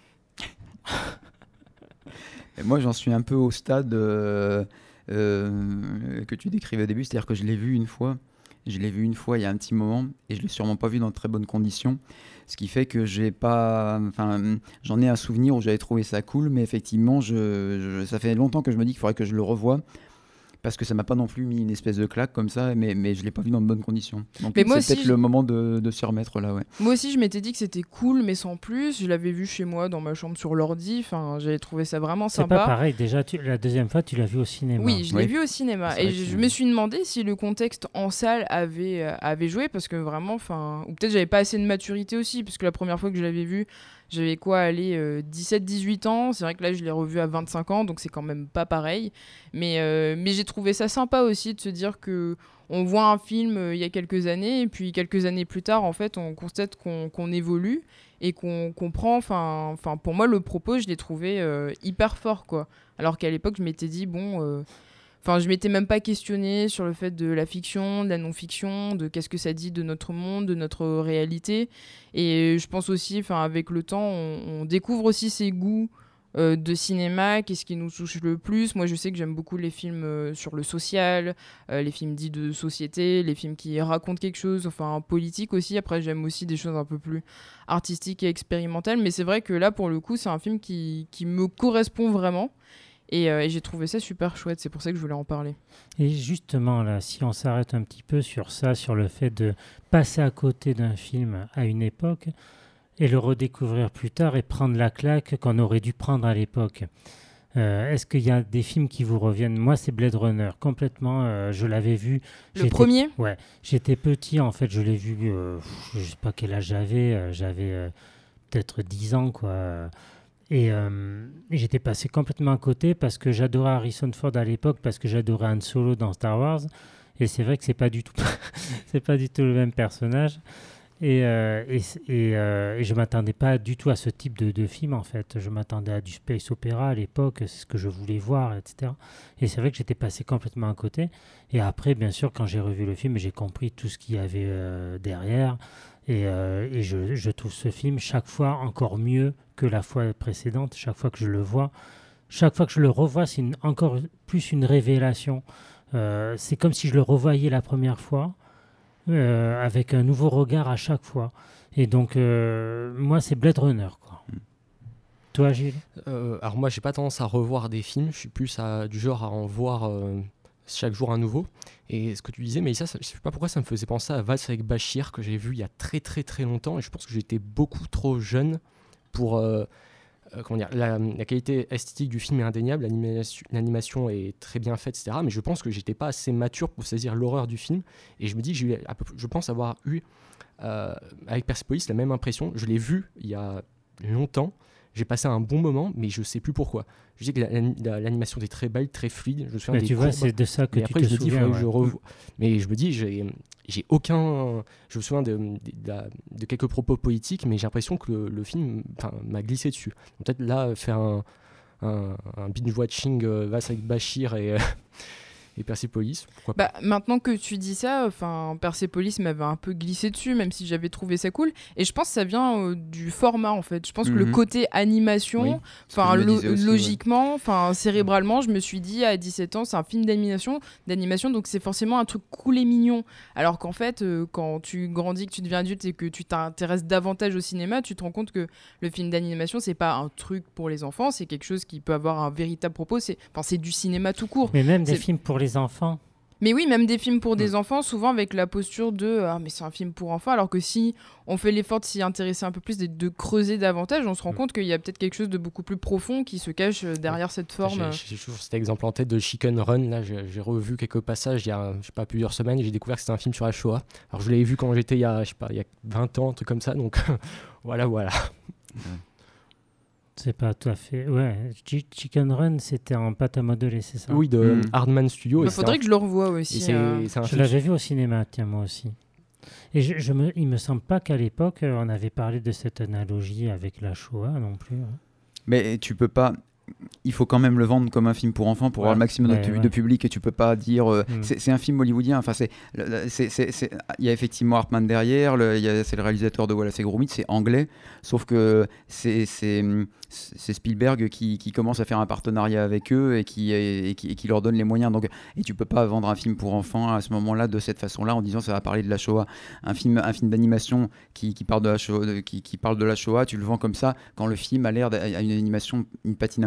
Hein. Et moi j'en suis un peu au stade euh, euh, que tu décrivais au début, c'est-à-dire que je l'ai vu une fois. Je l'ai vu une fois il y a un petit moment et je l'ai sûrement pas vu dans de très bonnes conditions. Ce qui fait que j'ai pas, enfin, j'en ai un souvenir où j'avais trouvé ça cool, mais effectivement, je, je, ça fait longtemps que je me dis qu'il faudrait que je le revoie parce que ça m'a pas non plus mis une espèce de claque comme ça, mais, mais je l'ai pas vu dans de bonnes conditions. Donc Mais c'est moi peut-être aussi, le je- moment de, de s'y remettre là, ouais. Moi aussi, je m'étais dit que c'était cool, mais sans plus. Je l'avais vu chez moi dans ma chambre sur l'ordi. Enfin, j'avais trouvé ça vraiment C'est sympa. pas pareil, déjà, tu- la deuxième fois, tu l'as vu au cinéma. Oui, je l'ai vu au cinéma. C'est Et vrai je, que- je me suis demandé si le contexte en salle avait, euh, avait joué, parce que vraiment, enfin, ou peut-être j'avais pas assez de maturité aussi, parce que la première fois que je l'avais vu, j'avais quoi, aller euh, dix-sept dix-huit ans. C'est vrai que là, je l'ai revu à vingt-cinq ans, donc c'est quand même pas pareil. Mais, euh, mais j'ai trouvé ça sympa aussi de se dire que on voit un film euh, il y a quelques années, et puis quelques années plus tard, en fait, on constate qu'on qu'on évolue et qu'on comprend. Enfin, enfin, pour moi, le propos, je l'ai trouvé euh, hyper fort, quoi. Alors qu'à l'époque, je m'étais dit, bon. euh, Enfin, je m'étais même pas questionné sur le fait de la fiction, de la non-fiction, de qu'est-ce que ça dit de notre monde, de notre réalité. Et je pense aussi, enfin, avec le temps, on, on découvre aussi ses goûts euh, de cinéma, qu'est-ce qui nous touche le plus. Moi, je sais que j'aime beaucoup les films euh, sur le social, euh, les films dits de société, les films qui racontent quelque chose, enfin, politique aussi. Après, j'aime aussi des choses un peu plus artistiques et expérimentales. Mais c'est vrai que là, pour le coup, c'est un film qui, qui me correspond vraiment. Et, euh, et j'ai trouvé ça super chouette, c'est pour ça que je voulais en parler. Et justement, là, si on s'arrête un petit peu sur ça, sur le fait de passer à côté d'un film à une époque et le redécouvrir plus tard et prendre la claque qu'on aurait dû prendre à l'époque. Euh, est-ce qu'il y a des films qui vous reviennent ? Moi, c'est Blade Runner, complètement. Euh, je l'avais vu. Le J'étais- premier ? Ouais. J'étais petit, en fait, je l'ai vu, euh, je sais pas quel âge j'avais, euh, j'avais euh, peut-être dix ans, quoi. Et, euh, et j'étais passé complètement à côté parce que j'adorais Harrison Ford à l'époque, parce que j'adorais Han Solo dans Star Wars. Et c'est vrai que c'est pas du tout, c'est pas du tout le même personnage. Et, euh, et, et, euh, et je m'attendais pas du tout à ce type de, de film en fait. Je m'attendais à du space opéra à l'époque, c'est ce que je voulais voir, et cetera. Et c'est vrai que j'étais passé complètement à côté. Et après, bien sûr, quand j'ai revu le film, j'ai compris tout ce qu'il y avait euh, derrière. Et, euh, et je, je trouve ce film chaque fois encore mieux que la fois précédente. Chaque fois que je le vois, chaque fois que je le revois, c'est une, encore plus une révélation. Euh, c'est comme si je le revoyais la première fois, euh, avec un nouveau regard à chaque fois. Et donc, euh, moi, c'est Blade Runner, quoi. Mm. Toi, Gilles ? euh, Alors moi, j'ai pas tendance à revoir des films. Je suis plus à, du genre à en voir euh, chaque jour un nouveau. Et ce que tu disais, mais ça, ça, je sais pas pourquoi ça me faisait penser à Valse avec Bachir, que j'ai vu il y a très très très longtemps. Et je pense que j'étais beaucoup trop jeune pour... Euh, euh, comment dire, la, la qualité esthétique du film est indéniable, l'animation, l'animation est très bien faite, et cetera. Mais je pense que j'étais pas assez mature pour saisir l'horreur du film. Et je me dis que j'ai eu, je pense avoir eu, euh, avec Persepolis, la même impression. Je l'ai vu il y a longtemps. J'ai passé un bon moment, mais je sais plus pourquoi. Je dis que la, la, l'animation était très belle, très fluide. Je me souviens Mais des tu vois, courbes. c'est de ça que Mais tu après, te je me dis, il souviens, faudrait que je ouais. revoie. Mais je me dis, j'ai, j'ai aucun. Je me souviens de, de, de, de quelques propos politiques, mais j'ai l'impression que le, le film m'a glissé dessus. Donc, peut-être là, faire un, un, un binge-watching euh, Valse avec Bachir et. Euh, et Persepolis, pourquoi pas. Bah, maintenant que tu dis ça, enfin, Persepolis m'avait un peu glissé dessus, même si j'avais trouvé ça cool. Et je pense que ça vient euh, du format, en fait. Je pense mm-hmm. que le côté animation, enfin, oui, lo- aussi, logiquement, enfin, ouais. cérébralement, je me suis dit à dix-sept ans, c'est un film d'animation, d'animation, donc c'est forcément un truc cool et mignon. Alors qu'en fait, euh, quand tu grandis, que tu deviens adulte et que tu t'intéresses davantage au cinéma, tu te rends compte que le film d'animation, c'est pas un truc pour les enfants, c'est quelque chose qui peut avoir un véritable propos. C'est, enfin, c'est du cinéma tout court. Mais même des c'est... films pour les enfants. Mais oui, même des films pour des mmh. enfants, souvent avec la posture de « Ah, mais c'est un film pour enfants », alors que si on fait l'effort de s'y intéresser un peu plus, de, de creuser davantage, on se rend mmh. compte qu'il y a peut-être quelque chose de beaucoup plus profond qui se cache derrière cette forme. J'ai, j'ai toujours cet exemple en tête de Chicken Run. Là, j'ai, j'ai revu quelques passages il y a je sais pas, plusieurs semaines et j'ai découvert que c'était un film sur la Shoah. Alors je l'avais vu quand j'étais il y a, je sais pas, il y a vingt ans, un truc comme ça, donc voilà, voilà. Ouais. C'est pas tout à fait... Ouais, Ch- Chicken Run, c'était en pâte à modeler, c'est ça ? Oui, de mmh. Hardman Studio. Il bah, faudrait un... que je le revoie aussi. C'est, euh... c'est un je film... l'avais vu au cinéma, tiens, moi aussi. Et je, je me, il me semble pas qu'à l'époque, on avait parlé de cette analogie avec la Shoah non plus. Hein. Mais tu peux pas... Il faut quand même le vendre comme un film pour enfants pour ouais, avoir le maximum ouais, de, ouais. de public et tu peux pas dire euh, mm. c'est, c'est un film hollywoodien. Enfin c'est c'est c'est c'est il y a effectivement Hartman derrière, le, y a, c'est le réalisateur de Wallace et Gromit, c'est anglais, sauf que c'est c'est c'est Spielberg qui, qui commence à faire un partenariat avec eux et qui et qui, et qui leur donne les moyens. Donc et tu peux pas vendre un film pour enfants à ce moment-là de cette façon-là en disant ça va parler de la Shoah. Un film un film d'animation qui qui parle de la Shoah, qui qui parle de la Shoah, tu le vends comme ça quand le film a l'air d'a, a une animation, une patine un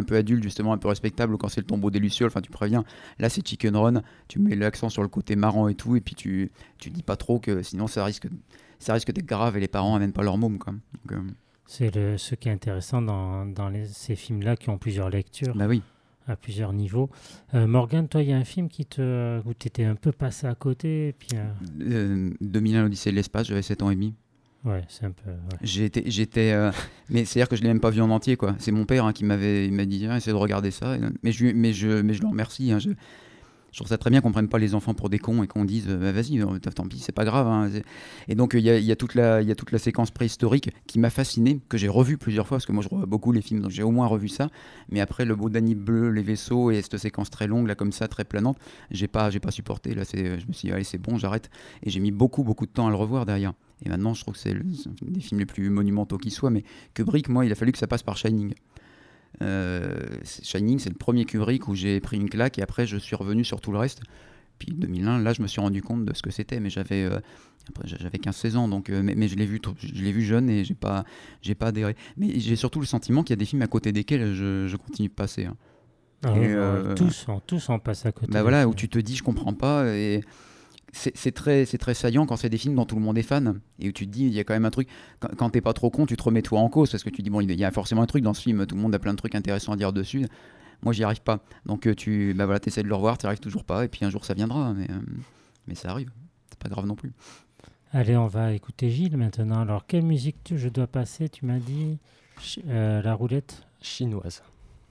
peu adulte, justement un peu respectable, quand c'est le tombeau des Lucioles, enfin tu préviens. Là c'est Chicken Run, tu mets l'accent sur le côté marrant et tout, et puis tu tu dis pas trop que sinon ça risque ça risque d'être grave et les parents amènent pas leur môme quoi. Donc, euh... C'est le, ce qui est intéressant dans, dans les, ces films-là qui ont plusieurs lectures. Bah oui. À plusieurs niveaux. Euh, Morgane, toi, il y a un film qui te, où tu étais un peu passé à côté. Et puis, euh... Euh, deux mille un, l'Odyssée de l'espace, j'avais sept ans et demi. Ouais, c'est un peu. Ouais. J'étais, j'étais euh... mais c'est-à-dire que je l'ai même pas vu en entier, quoi. C'est mon père hein, qui m'avait, il m'a dit, ah, essaie de regarder ça. Et, mais je, mais je, mais je le remercie. Hein, je, je trouve ça très bien qu'on prenne pas les enfants pour des cons et qu'on dise, bah, vas-y, tant pis, c'est pas grave. Hein. Et donc il y a, y a toute la, il y a toute la séquence préhistorique qui m'a fasciné, que j'ai revu plusieurs fois parce que moi je revois beaucoup les films, donc j'ai au moins revu ça. Mais après le beau Danny bleu, les vaisseaux et cette séquence très longue là comme ça, très planante, j'ai pas, j'ai pas supporté. Là, c'est, je me suis dit, allez, c'est bon, j'arrête. Et j'ai mis beaucoup, beaucoup de temps à le revoir derrière. Et maintenant, je trouve que c'est, le, c'est un des films les plus monumentaux qui soient. Mais Kubrick, moi, il a fallu que ça passe par Shining. Euh, Shining, c'est le premier Kubrick où j'ai pris une claque et après je suis revenu sur tout le reste. Puis deux mille un, là, je me suis rendu compte de ce que c'était, mais j'avais, euh, après, j'avais quinze seize ans, donc, euh, mais, mais je l'ai vu, je l'ai vu jeune et j'ai pas, j'ai pas adhéré. Mais j'ai surtout le sentiment qu'il y a des films à côté desquels je, je continue de passer. Hein. Ah, et, euh, tous, on, tous on passe à côté. Bah voilà, où tu te dis, je comprends pas et C'est, c'est, très, c'est très saillant quand c'est des films dont tout le monde est fan et où tu te dis il y a quand même un truc quand, quand t'es pas trop con tu te remets toi en cause parce que tu dis bon il y a forcément un truc dans ce film, tout le monde a plein de trucs intéressants à dire dessus, moi j'y arrive pas donc tu bah voilà, t'essaies de le revoir, t'y arrives toujours pas et puis un jour ça viendra mais, euh, mais ça arrive, c'est pas grave non plus. Allez, on va écouter Gilles maintenant. Alors quelle musique tu, je dois passer, tu m'as dit euh, la roulette chinoise.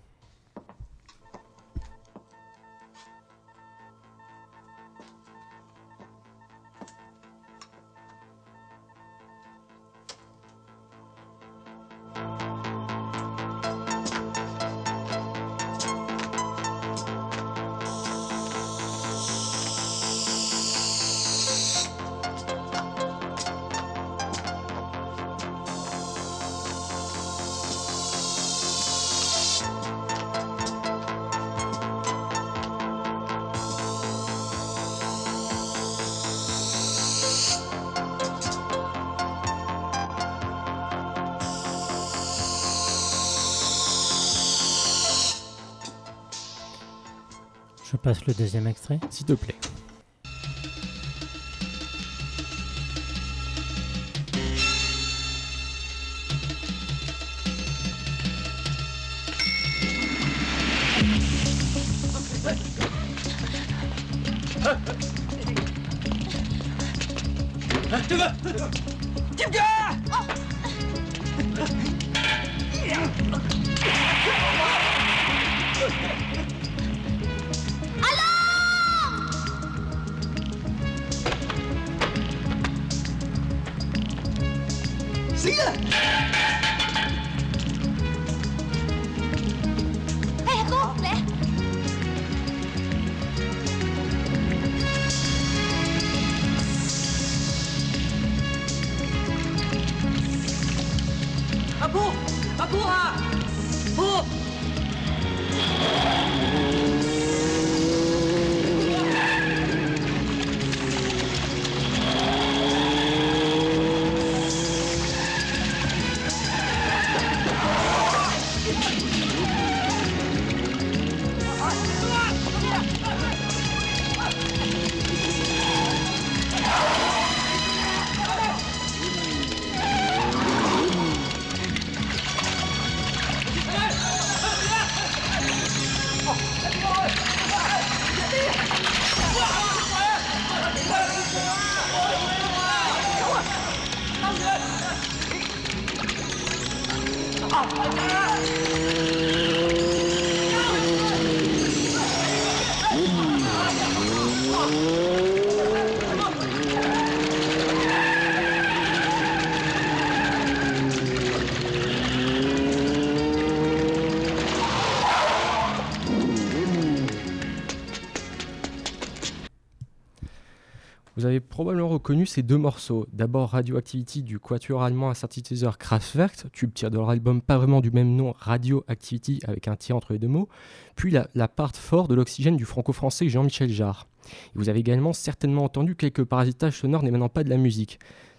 Je passe le deuxième extrait. S'il te plaît. Vous avez probablement reconnu ces deux morceaux. D'abord Radioactivity du quatuor allemand à synthétiseur Kraftwerk, tube tiré de leur album pas vraiment du même nom, Radioactivity avec un tir entre les deux mots, puis la, la part fort de l'oxygène du franco-français Jean-Michel Jarre. Et vous avez également certainement entendu quelques parasitages sonores n'émanant pas de la musique.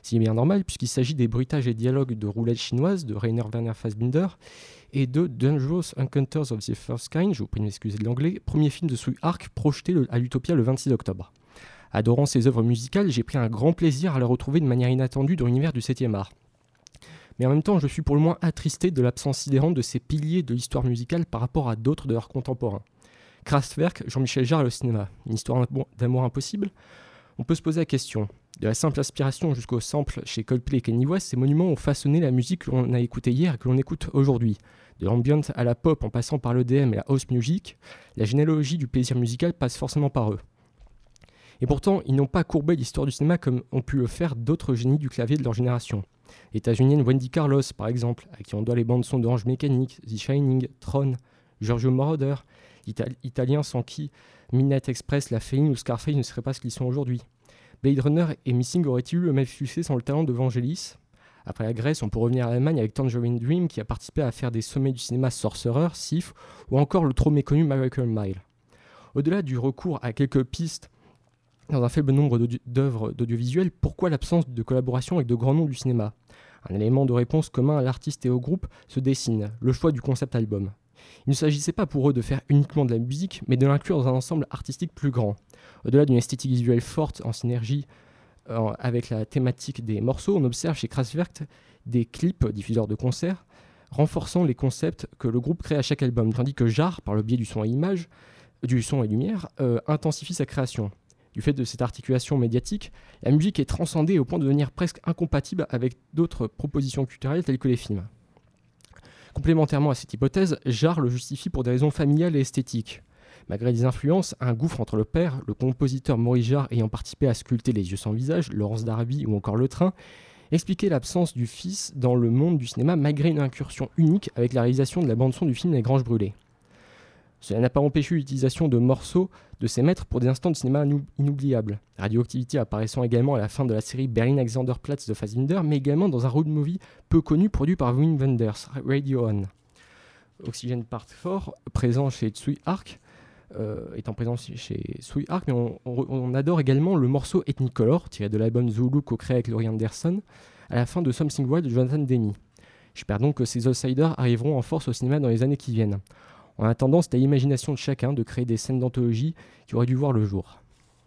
ce qui est bien normal puisqu'il s'agit des bruitages et dialogues de Roulette chinoise de Rainer Werner Fassbinder et de Dangerous Encounters of the First Kind, je vous prie de m'excuser de l'anglais, premier film de Tsui Hark projeté le, à l'Utopia le vingt-six octobre. Adorant ses œuvres musicales, j'ai pris un grand plaisir à les retrouver de manière inattendue dans l'univers du septième art. Mais en même temps, je suis pour le moins attristé de l'absence sidérante de ces piliers de l'histoire musicale par rapport à d'autres de leurs contemporains. Kraftwerk, Jean-Michel Jarre et le cinéma, une histoire d'amour impossible? On peut se poser la question. De la simple inspiration jusqu'au sample chez Coldplay et Kanye West, ces monuments ont façonné la musique que l'on a écoutée hier et que l'on écoute aujourd'hui. De l'ambient à la pop en passant par l'E D M et la house music, la généalogie du plaisir musical passe forcément par eux. Et pourtant, ils n'ont pas courbé l'histoire du cinéma comme ont pu le faire d'autres génies du clavier de leur génération. L'états-unienne Wendy Carlos, par exemple, à qui on doit les bandes-sons d'Orange Mécanique, The Shining, Tron, Giorgio Moroder, Ital- italien sans qui Midnight Express, La Féline ou Scarface ne seraient pas ce qu'ils sont aujourd'hui. Blade Runner et Missing auraient-ils eu le même succès sans le talent de Vangelis? Après la Grèce, on peut revenir à l'Allemagne avec Tangerine Dream qui a participé à faire des sommets du cinéma Sorcerer, Sif ou encore le trop méconnu Miracle Mile. Au-delà du recours à quelques pistes dans un faible nombre d'œuvres d'audiovisuel, pourquoi l'absence de collaboration avec de grands noms du cinéma? Un élément de réponse commun à l'artiste et au groupe se dessine, le choix du concept album. Il ne s'agissait pas pour eux de faire uniquement de la musique, mais de l'inclure dans un ensemble artistique plus grand. Au-delà d'une esthétique visuelle forte en synergie euh, avec la thématique des morceaux, on observe chez Kraftwerk des clips diffuseurs de concerts, renforçant les concepts que le groupe crée à chaque album, tandis que Jarre, par le biais du son et images, du son et lumière, euh, intensifie sa création. Du fait de cette articulation médiatique, la musique est transcendée au point de devenir presque incompatible avec d'autres propositions culturelles telles que les films. Complémentairement à cette hypothèse, Jarre le justifie pour des raisons familiales et esthétiques. Malgré des influences, un gouffre entre le père, le compositeur Maurice Jarre ayant participé à sculpter Les yeux sans visage, Laurence d'Arabie ou encore Le Train, expliquait l'absence du fils dans le monde du cinéma malgré une incursion unique avec la réalisation de la bande-son du film Les Granges brûlées. Cela n'a pas empêché l'utilisation de morceaux de ses maîtres pour des instants de cinéma inoubliables. Radioactivity apparaissant également à la fin de la série Berlin-Alexanderplatz de Fassbinder, mais également dans un road movie peu connu produit par Wim Wenders, Radio On. Oxygen Part quatre, présent chez Tsui Hark, euh, étant présent chez Tsui Hark, mais on, on, on adore également le morceau Ethnicolor, tiré de l'album Zulu co-créé avec Laurie Anderson, à la fin de Something Wild de Jonathan Demme. J'espère donc que ces outsiders arriveront en force au cinéma dans les années qui viennent. En attendant, c'est à l'imagination de chacun de créer des scènes d'anthologie qui auraient dû voir le jour.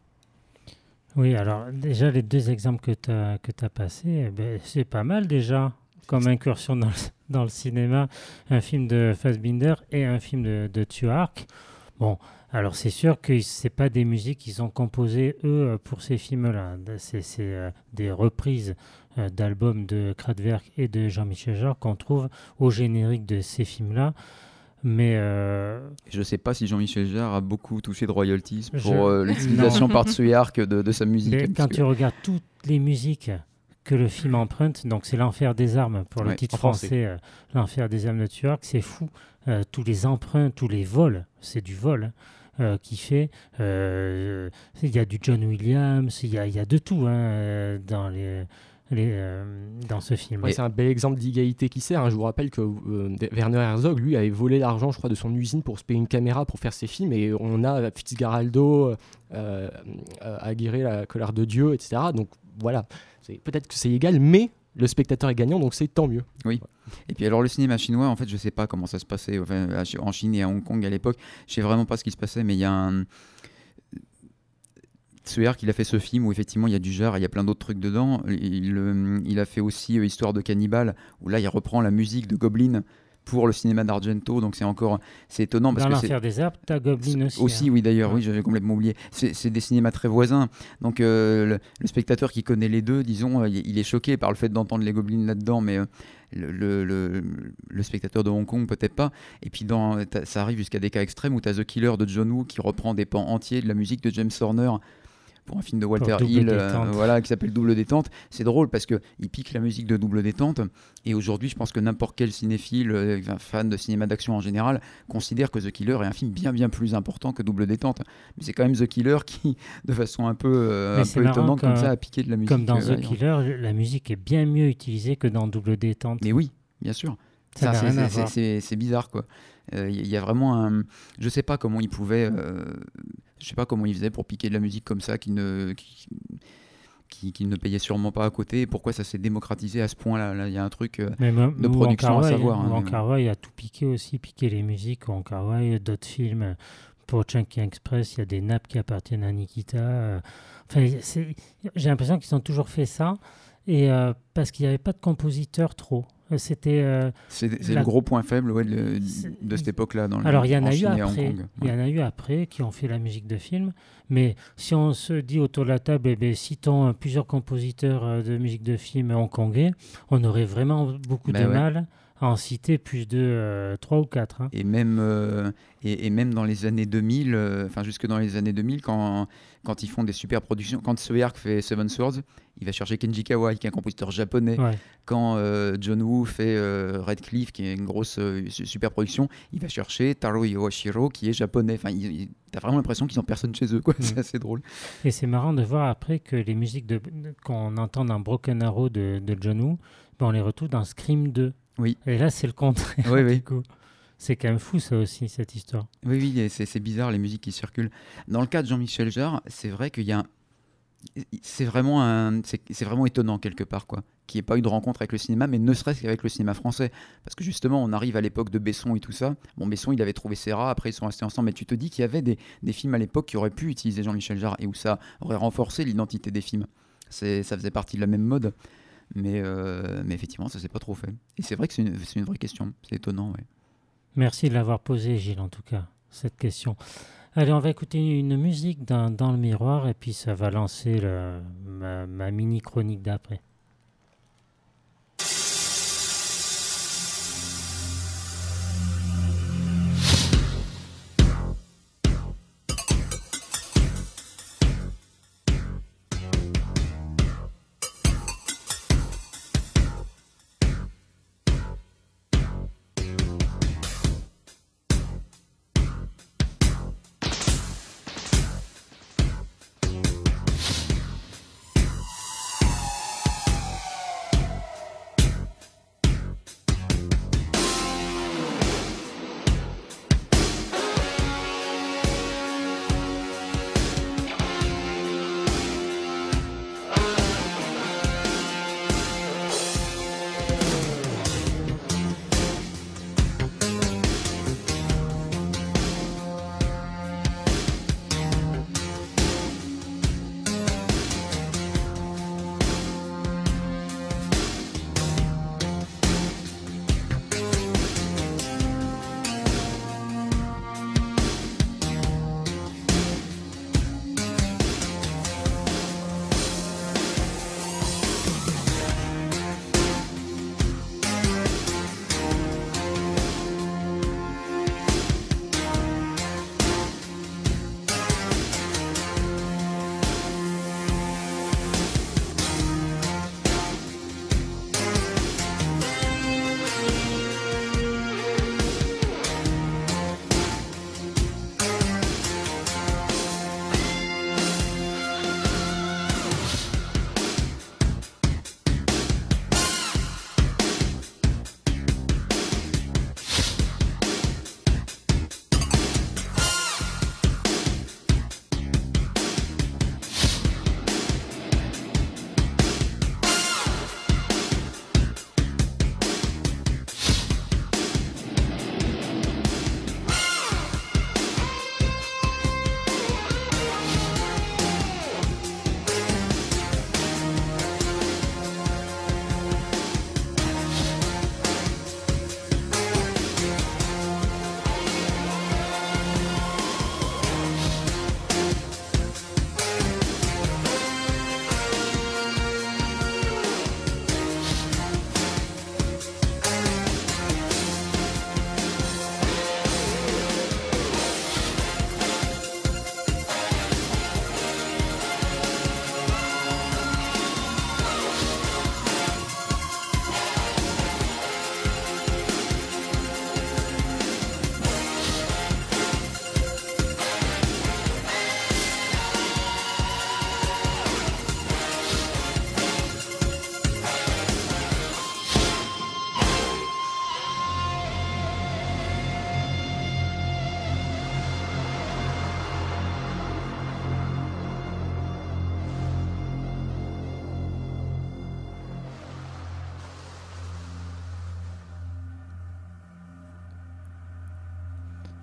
Oui, alors déjà, les deux exemples que tu as que tu as passés, eh ben, c'est pas mal déjà, comme incursion dans le, dans le cinéma, un film de Fassbinder et un film de, de Tsui Hark. Bon, alors c'est sûr que c'est pas des musiques qu'ils ont composées, eux, pour ces films-là. C'est, c'est euh, des reprises euh, d'albums de Kraftwerk et de Jean-Michel Jarre qu'on trouve au générique de ces films-là. Mais euh... je ne sais pas si Jean-Michel Jarre a beaucoup touché de royalties pour je... euh, l'utilisation par Tsui Hark de, de sa musique. Mais quand que... tu regardes toutes les musiques que le film emprunte, donc c'est l'enfer des armes pour le ouais, titre français, français euh, l'enfer des armes de Tsui Hark, c'est fou. Euh, tous les emprunts, tous les vols, c'est du vol hein, euh, qui fait. Il euh, y a du John Williams, il y, y a de tout hein, dans les. Les, euh, dans ce film. Ouais, c'est un bel exemple d'égalité qui sert. Hein. Je vous rappelle que euh, Werner Herzog, lui, avait volé l'argent, je crois, de son usine pour se payer une caméra pour faire ses films. Et on a Fitzcarraldo, euh, euh, Aguirre, la colère de Dieu, et cetera. Donc voilà, c'est, peut-être que c'est égal, mais le spectateur est gagnant, donc c'est tant mieux. Oui. Et puis alors le cinéma chinois, en fait, je sais pas comment ça se passait enfin, en Chine et à Hong Kong à l'époque. Je sais vraiment pas ce qui se passait, mais il y a un... Tsui Hark, il a fait ce film où effectivement il y a du Jarre, il y a plein d'autres trucs dedans. Il, il, il a fait aussi euh, Histoire de cannibale, où là il reprend la musique de Goblin pour le cinéma d'Argento, donc c'est encore c'est étonnant. Parce Dans que l'enfer c'est... des arbres, t'as Goblin aussi. Aussi, hein. oui d'ailleurs, oui, j'avais complètement oublié. C'est, c'est des cinémas très voisins, donc euh, le, le spectateur qui connaît les deux, disons, euh, il est choqué par le fait d'entendre les Goblins là-dedans, mais... Euh, Le, le, le, le spectateur de Hong Kong peut-être pas, et puis dans, ça arrive jusqu'à des cas extrêmes où tu as The Killer de John Woo qui reprend des pans entiers de la musique de James Horner pour un film de Walter Hill euh, voilà, qui s'appelle Double Détente. C'est drôle parce qu'il pique la musique de Double Détente, et aujourd'hui je pense que n'importe quel cinéphile, euh, fan de cinéma d'action en général, considère que The Killer est un film bien bien plus important que Double Détente, mais c'est quand même The Killer qui, de façon un peu, euh, un peu étonnante comme ça, a piqué de la musique. Comme dans euh, The Killer, la musique est bien mieux utilisée que dans Double Détente. Mais oui, bien sûr. Ça, ça, c'est, c'est, c'est, c'est bizarre quoi. Il euh, y, y a vraiment un, je sais pas comment ils pouvaient, euh, je sais pas comment ils faisaient pour piquer de la musique comme ça qui ne, qui, qui, qui ne payaient sûrement pas à côté. Pourquoi ça s'est démocratisé à ce point-là? Là, il y a un truc euh, Mais même, de production à savoir. Hein, hein, Wong Kar-wai a tout piqué aussi, piqué les musiques. Wong Kar-wai, d'autres films. Pour Chunky Express, il y a des nappes qui appartiennent à Nikita. Enfin, c'est, j'ai l'impression qu'ils ont toujours fait ça. Et euh, parce qu'il n'y avait pas de compositeur trop. C'était. Euh, c'est c'est la... le gros point faible ouais, de, de cette époque-là. Dans Alors, le, il y en a eu après. après. Il y en a eu après qui ont fait la musique de film. Mais si on se dit autour de la table, eh bien, citons plusieurs compositeurs de musique de film hongkongais, on aurait vraiment beaucoup ben de ouais. mal à en citer plus de euh, trois ou quatre. Hein. Et, même, euh, et, et même dans les années deux mille, enfin euh, jusque dans les années deux mille, quand, quand ils font des super productions, quand Soe-Ark fait Seven Swords, il va chercher Kenji Kawai, qui est un compositeur japonais. Ouais. Quand euh, John Woo fait euh, Red Cliff, qui est une grosse euh, super production, il va chercher Taro Iwashiro, qui est japonais. Enfin, il, il, t'as vraiment l'impression qu'ils n'ont personne chez eux, quoi. Mmh. C'est assez drôle. Et c'est marrant de voir après que les musiques de, de, qu'on entend dans Broken Arrow de, de John Woo, ben on les retrouve dans Scream deux. Oui. Et là, c'est le contraire. Oui, oui. Du coup. C'est quand même fou, ça aussi, cette histoire. Oui, oui, c'est, c'est bizarre, les musiques qui circulent. Dans le cas de Jean-Michel Jarre, c'est vrai qu'il y a un... C'est vraiment, un... c'est, c'est vraiment étonnant, quelque part, quoi. Qu'il n'y ait pas eu de rencontre avec le cinéma, mais ne serait-ce qu'avec le cinéma français. Parce que justement, on arrive à l'époque de Besson et tout ça. Bon, Besson, il avait trouvé Serra, après ils sont restés ensemble. Mais tu te dis qu'il y avait des, des films à l'époque qui auraient pu utiliser Jean-Michel Jarre et où ça aurait renforcé l'identité des films. C'est, ça faisait partie de la même mode. Mais, euh, mais effectivement, ça s'est pas trop fait. Et c'est vrai que c'est une, c'est une vraie question. C'est étonnant, ouais. Merci de l'avoir posé, Gilles, en tout cas, cette question. Allez, on va écouter une musique dans, dans le miroir et puis ça va lancer le, ma, ma mini-chronique d'après.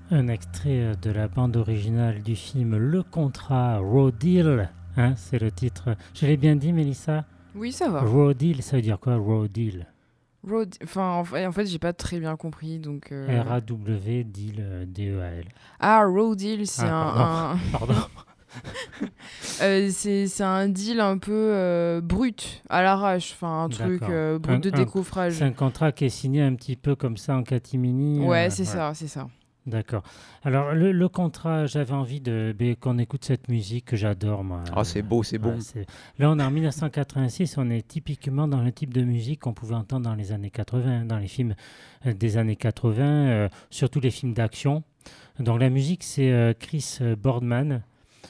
Un extrait de la bande originale du film Le Contrat, Raw Deal, hein, c'est le titre. Je l'ai bien dit, Mélissa ? Oui, ça va. Raw Deal, ça veut dire quoi, Raw Deal ? Raw, enfin, en fait, en fait, j'ai pas très bien compris, donc. Euh... R A W Deal, D E A L. Ah, Raw Deal, c'est ah, un. Pardon. un... euh, c'est, c'est un deal un peu euh, brut, à l'arrache, enfin un truc euh, brut un, de décoffrage. C'est un contrat qui est signé un petit peu comme ça en catimini. Ouais, euh, c'est ouais. ça, c'est ça. D'accord. Alors, le, le contrat, j'avais envie de, de, qu'on écoute cette musique que j'adore, moi. Ah, c'est beau, c'est bon. Ouais, c'est... Là, on est en dix-neuf cent quatre-vingt-six, on est typiquement dans le type de musique qu'on pouvait entendre dans les années quatre-vingts, dans les films euh, des années quatre-vingts, euh, surtout les films d'action. Donc, la musique, c'est euh, Chris Boardman.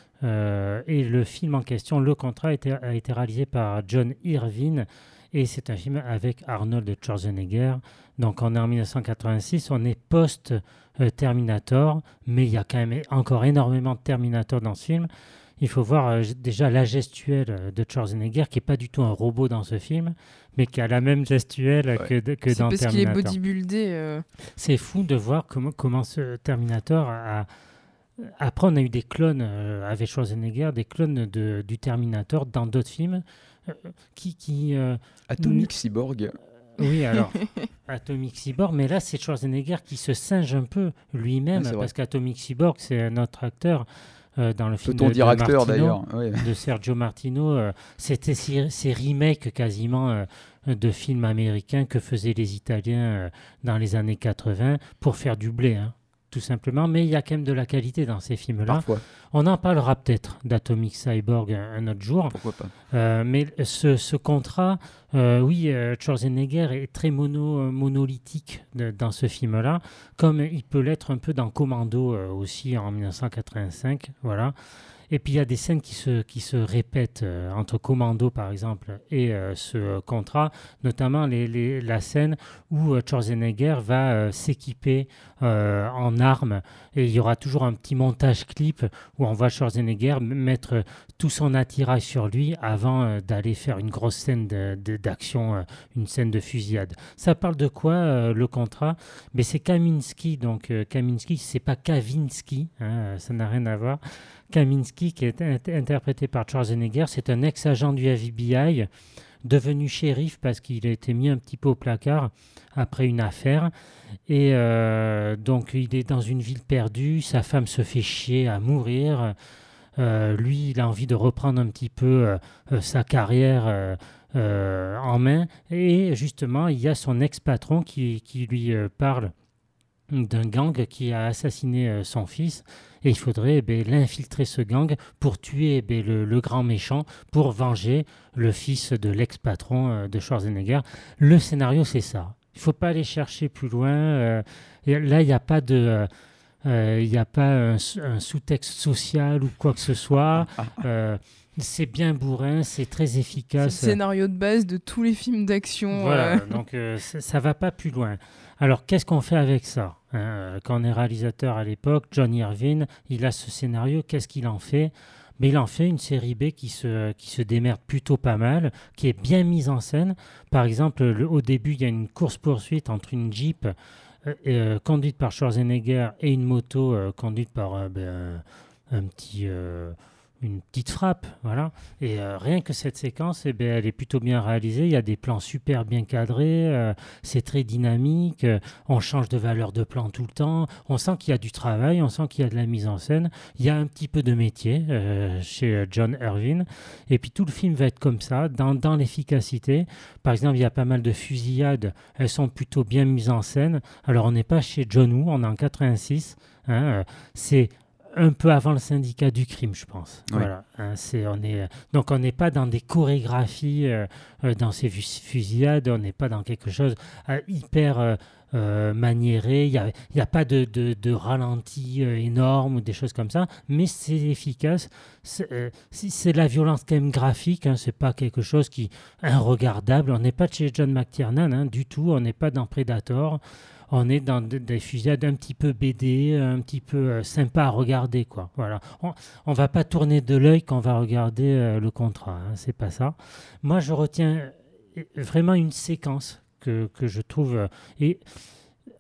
Euh, et le film en question, Le Contrat, a été, a été réalisé par John Irvine. Et c'est un film avec Arnold Schwarzenegger. Donc, on est en dix-neuf cent quatre-vingt-six, on est post- Euh, Terminator, mais il y a quand même encore énormément de Terminator dans ce film. Il faut voir euh, déjà la gestuelle de Schwarzenegger, qui n'est pas du tout un robot dans ce film, mais qui a la même gestuelle ouais. que, de, que dans Terminator. C'est parce qu'il est bodybuildé. Euh... C'est fou de voir comment, comment ce Terminator a... Après, on a eu des clones euh, avec Schwarzenegger, des clones de, du Terminator dans d'autres films euh, qui... qui euh, Atomic Cyborg. Oui, alors, Atomic Cyborg, mais là, c'est Schwarzenegger qui se singe un peu lui-même, oui, parce qu'Atomic Cyborg, c'est un autre acteur euh, dans le film Peut-on de, dire de, acteur, Martino, ouais. de Sergio Martino. Euh, c'était ces, ces remakes quasiment euh, de films américains que faisaient les Italiens euh, dans les années quatre-vingts pour faire du blé, hein, tout simplement. Mais il y a quand même de la qualité dans ces films-là. Parfois. On en parlera peut-être d'Atomic Cyborg un, un autre jour. Pourquoi pas. Euh, mais ce, ce contrat, euh, oui, euh, Schwarzenegger est très mono, monolithique de, dans ce film-là, comme il peut l'être un peu dans Commando euh, aussi en dix-neuf cent quatre-vingt-cinq. Voilà. Et puis il y a des scènes qui se, qui se répètent euh, entre Commando par exemple et euh, ce euh, contrat, notamment les, les, la scène où euh, Schwarzenegger va euh, s'équiper euh, en armes, et il y aura toujours un petit montage clip où on voit Schwarzenegger mettre tout son attirail sur lui avant euh, d'aller faire une grosse scène de, de, d'action, euh, une scène de fusillade. Ça parle de quoi euh, le contrat? Mais c'est Kaminski, donc euh, Kaminski, c'est pas Kavinsky, hein, ça n'a rien à voir. Kaminski, qui est int- interprété par Schwarzenegger, c'est un ex-agent du F B I devenu shérif parce qu'il a été mis un petit peu au placard après une affaire. Et euh, donc, il est dans une ville perdue, sa femme se fait chier à mourir. Euh, lui, il a envie de reprendre un petit peu euh, sa carrière euh, euh, en main. Et justement, il y a son ex-patron qui, qui lui euh, parle d'un gang qui a assassiné euh, son fils. Et il faudrait eh bien, l'infiltrer, ce gang, pour tuer eh bien, le, le grand méchant, pour venger le fils de l'ex-patron euh, de Schwarzenegger. Le scénario, c'est ça. Il ne faut pas aller chercher plus loin. Euh, et là, il n'y a pas de... Euh, il euh, n'y a pas un, un sous-texte social ou quoi que ce soit. Euh, c'est bien bourrin, c'est très efficace. C'est le scénario de base de tous les films d'action. Voilà, euh... donc euh, ça ne va pas plus loin. Alors, qu'est-ce qu'on fait avec ça, hein? Quand on est réalisateur à l'époque, John Irvine, il a ce scénario, qu'est-ce qu'il en fait? Mais il en fait une série B qui se, qui se démerde plutôt pas mal, qui est bien mise en scène. Par exemple, le, au début, il y a une course-poursuite entre une Jeep euh, euh, conduite par Schwarzenegger et une moto euh, conduite par euh, ben, un, un petit... Euh, une petite frappe, voilà. Et euh, rien que cette séquence, eh bien, elle est plutôt bien réalisée. Il y a des plans super bien cadrés, euh, c'est très dynamique, euh, on change de valeur de plan tout le temps, on sent qu'il y a du travail, on sent qu'il y a de la mise en scène, il y a un petit peu de métier euh, chez John Irvine. Et puis tout le film va être comme ça, dans, dans l'efficacité. Par exemple, il y a pas mal de fusillades, elles sont plutôt bien mises en scène. Alors on n'est pas chez John Woo, on est en quatre-vingt-six, hein, euh, c'est un peu avant le syndicat du crime, je pense. Oui. Voilà, hein, c'est, on est, donc on n'est pas dans des chorégraphies euh, euh, dans ces fusillades, on n'est pas dans quelque chose euh, hyper euh, euh, maniéré, il n'y a, y a pas de, de, de ralenti euh, énorme ou des choses comme ça, mais c'est efficace. C'est, euh, c'est, c'est de la violence quand même graphique, hein, c'est pas quelque chose qui est regardable. On n'est pas chez John McTiernan, hein, du tout, on n'est pas dans Predator. On est dans de, des fusillades un petit peu B D, un petit peu euh, sympa à regarder, quoi. Voilà. On ne va pas tourner de l'œil quand on va regarder euh, le contrat, hein, c'est pas ça. Moi, je retiens vraiment une séquence que, que je trouve... Euh, et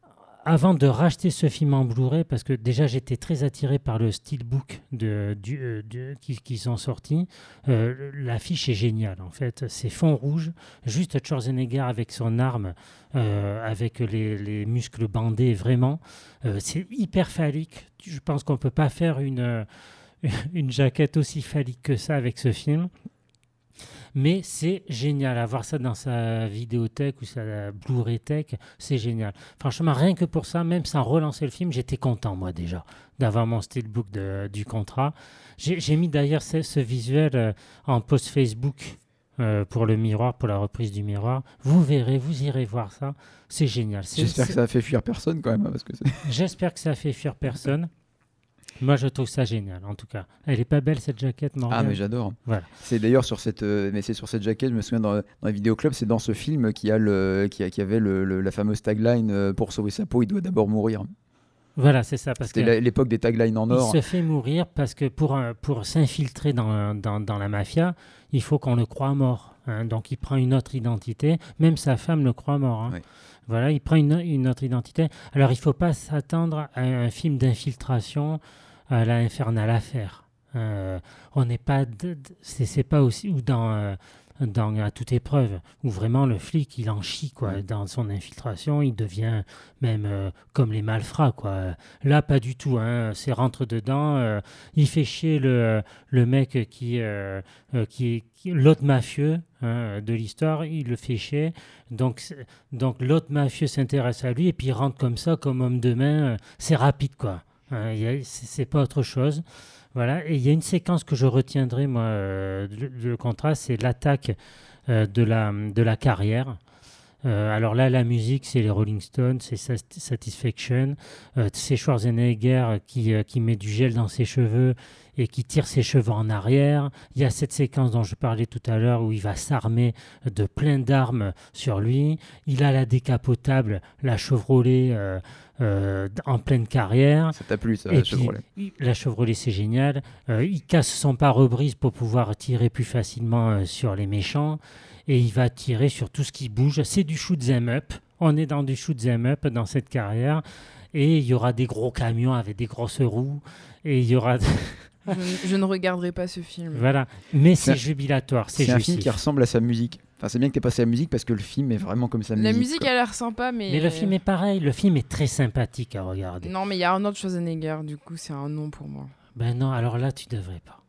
avant de racheter ce film en Blu-ray, parce que déjà j'étais très attiré par le steelbook de, du, euh, de, qui, qui sont sortis, euh, l'affiche est géniale en fait. C'est fond rouge, juste Schwarzenegger avec son arme, euh, avec les, les muscles bandés, vraiment. Euh, c'est hyper phallique. Je pense qu'on ne peut pas faire une, euh, une jaquette aussi phallique que ça avec ce film. Mais c'est génial, avoir ça dans sa vidéothèque ou sa Blu-ray Tech, c'est génial. Franchement, rien que pour ça, même sans relancer le film, j'étais content, moi, déjà, d'avoir mon steelbook de, du contrat. J'ai, j'ai mis d'ailleurs ce, ce visuel euh, en post Facebook euh, pour le miroir, pour la reprise du miroir. Vous verrez, vous irez voir ça, c'est génial. C'est, J'espère c'est... que ça a fait fuir personne, quand même. Parce que c'est... J'espère que ça a fait fuir personne. Moi, je trouve ça génial, en tout cas. Elle est pas belle, cette jaquette, Morgane. Ah, mais j'adore. Voilà. C'est d'ailleurs sur cette, euh, mais c'est sur cette jaquette, je me souviens dans, dans la vidéoclub, c'est dans ce film qui a le, qui, a, qui avait le, le, la fameuse tagline euh, pour sauver sa peau, il doit d'abord mourir. Voilà, c'est ça. Parce C'était que la, l'époque des taglines en or. Il se fait mourir parce que pour, un, pour s'infiltrer dans, dans, dans la mafia, il faut qu'on le croie mort. Hein. Donc, il prend une autre identité. Même sa femme le croit mort. Hein. Oui. Voilà, il prend une, une autre identité. Alors, il ne faut pas s'attendre à un film d'infiltration à la Infernal Affair. Euh, on n'est pas, de, de, c'est, c'est pas aussi ou dans euh, dans à toute épreuve où vraiment le flic il en chie quoi. Ouais. Dans son infiltration, il devient même euh, comme les malfrats quoi. Là pas du tout. Hein. C'est rentre dedans. Euh, il fait chier le le mec qui euh, euh, qui, qui l'autre mafieux hein, de l'histoire. Il le fait chier. Donc donc l'autre mafieux s'intéresse à lui et puis il rentre comme ça comme homme de main. C'est rapide quoi. Hein, y a, c'est, c'est pas autre chose. Voilà. Et il y a une séquence que je retiendrai, moi, euh, le, le contrat, c'est l'attaque euh, de, la, de la carrière. Euh, alors là, la musique, c'est les Rolling Stones, c'est Satisfaction. Euh, c'est Schwarzenegger qui, euh, qui met du gel dans ses cheveux et qui tire ses cheveux en arrière. Il y a cette séquence dont je parlais tout à l'heure où il va s'armer de plein d'armes sur lui. Il a la décapotable, la Chevrolet euh, euh, en pleine carrière. Ça t'a plu, ça, et la puis, Chevrolet? La Chevrolet, c'est génial. Euh, il casse son pare-brise pour pouvoir tirer plus facilement euh, sur les méchants. Et il va tirer sur tout ce qui bouge. C'est du shoot 'em up. On est dans du shoot 'em up dans cette carrière. Et il y aura des gros camions avec des grosses roues. Et il y aura... je, je ne regarderai pas ce film. Voilà. Mais c'est, c'est jubilatoire. C'est, c'est un jouissif. film qui ressemble à sa musique. Enfin, c'est bien que tu aies passé la musique parce que le film est vraiment comme sa musique. La musique quoi. a l'air sympa, mais... Mais le film est pareil. Le film est très sympathique à regarder. Non, mais il y a Arnold Schwarzenegger. Du coup, c'est un non pour moi. Ben non, alors là, tu devrais pas.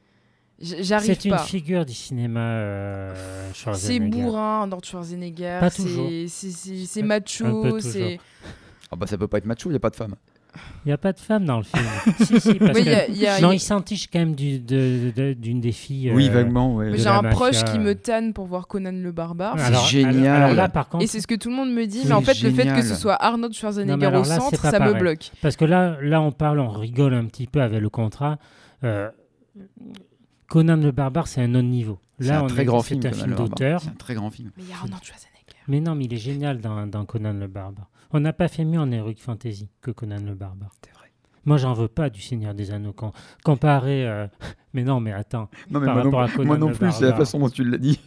J'arrive c'est pas. une figure du cinéma euh, Schwarzenegger. C'est bourrin, Arnold Schwarzenegger. Pas toujours. C'est, c'est, c'est, c'est macho. C'est... Ah bah ça peut pas être macho, il n'y a pas de femme. Il n'y a pas de femme dans le film. si, si, parce oui, que... y a, y a, non, y a... il s'entiche quand même du, de, de, d'une des filles. Oui, euh, vaguement, ouais. J'ai un mafia. Proche qui me tanne pour voir Conan le Barbare. Alors, c'est génial. Alors, alors là, par contre... Et c'est ce que tout le monde me dit, c'est mais en fait, génial. le fait que ce soit Arnold Schwarzenegger non, au là, centre, ça pareil. me bloque. Parce que là, là, on parle, on rigole un petit peu avec le contrat. Euh, Conan le Barbare, c'est un autre niveau. Là, c'est un on très est, grand c'est film. un film d'auteur. C'est un très grand film. Mais il y a Arnold Schwarzenegger. Mais non, mais il est génial dans, dans Conan le Barbare. On n'a pas fait mieux en Heroic Fantasy que Conan le Barbare. C'est vrai. Moi, j'en veux pas du Seigneur des Anneaux. Com- comparé. Euh... Mais non, mais attends. Non, mais par moi, rapport non, à Conan moi non le plus, Barbare. c'est la façon dont tu l'as dit.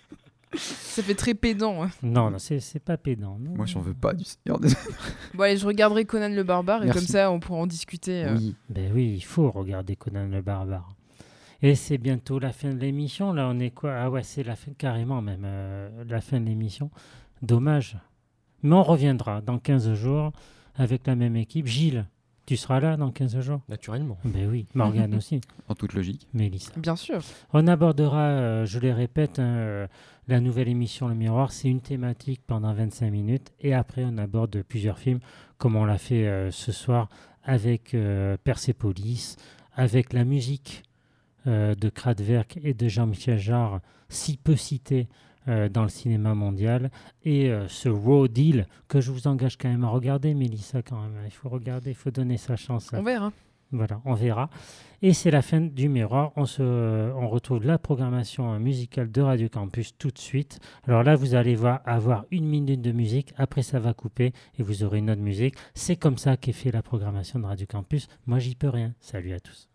Ça fait très pédant. Hein. Non, non, c'est, c'est pas pédant. Non. Moi, j'en veux pas du Seigneur des Anneaux. Bon, allez, je regarderai Conan le Barbare et Merci. comme ça, on pourra en discuter. Euh... Oui, ben oui, il faut regarder Conan le Barbare. Et c'est bientôt la fin de l'émission. Là, on est quoi? Ah ouais, c'est la fin, carrément même. Euh, la fin de l'émission. Dommage. Mais on reviendra dans quinze jours avec la même équipe. Gilles, tu seras là dans quinze jours? Naturellement. Ben oui, Morgane aussi. En toute logique. Mélissa. Bien sûr. On abordera, euh, je les répète, hein, euh, la nouvelle émission Le Miroir. C'est une thématique pendant vingt-cinq minutes. Et après, on aborde plusieurs films, comme on l'a fait euh, ce soir avec euh, Persepolis, avec la musique euh, de Kraftwerk et de Jean-Michel Jarre, si peu cité euh, dans le cinéma mondial. Et euh, ce Raw Deal, que je vous engage quand même à regarder, Mélissa, quand même. Il faut regarder, il faut donner sa chance. On verra. Voilà, on verra. Et c'est la fin du Miroir. On, se, on retrouve la programmation musicale de Radio Campus tout de suite. Alors là, vous allez voir, avoir une minute de musique. Après, ça va couper et vous aurez une autre musique. C'est comme ça qu'est fait la programmation de Radio Campus. Moi, j'y peux rien. Salut à tous.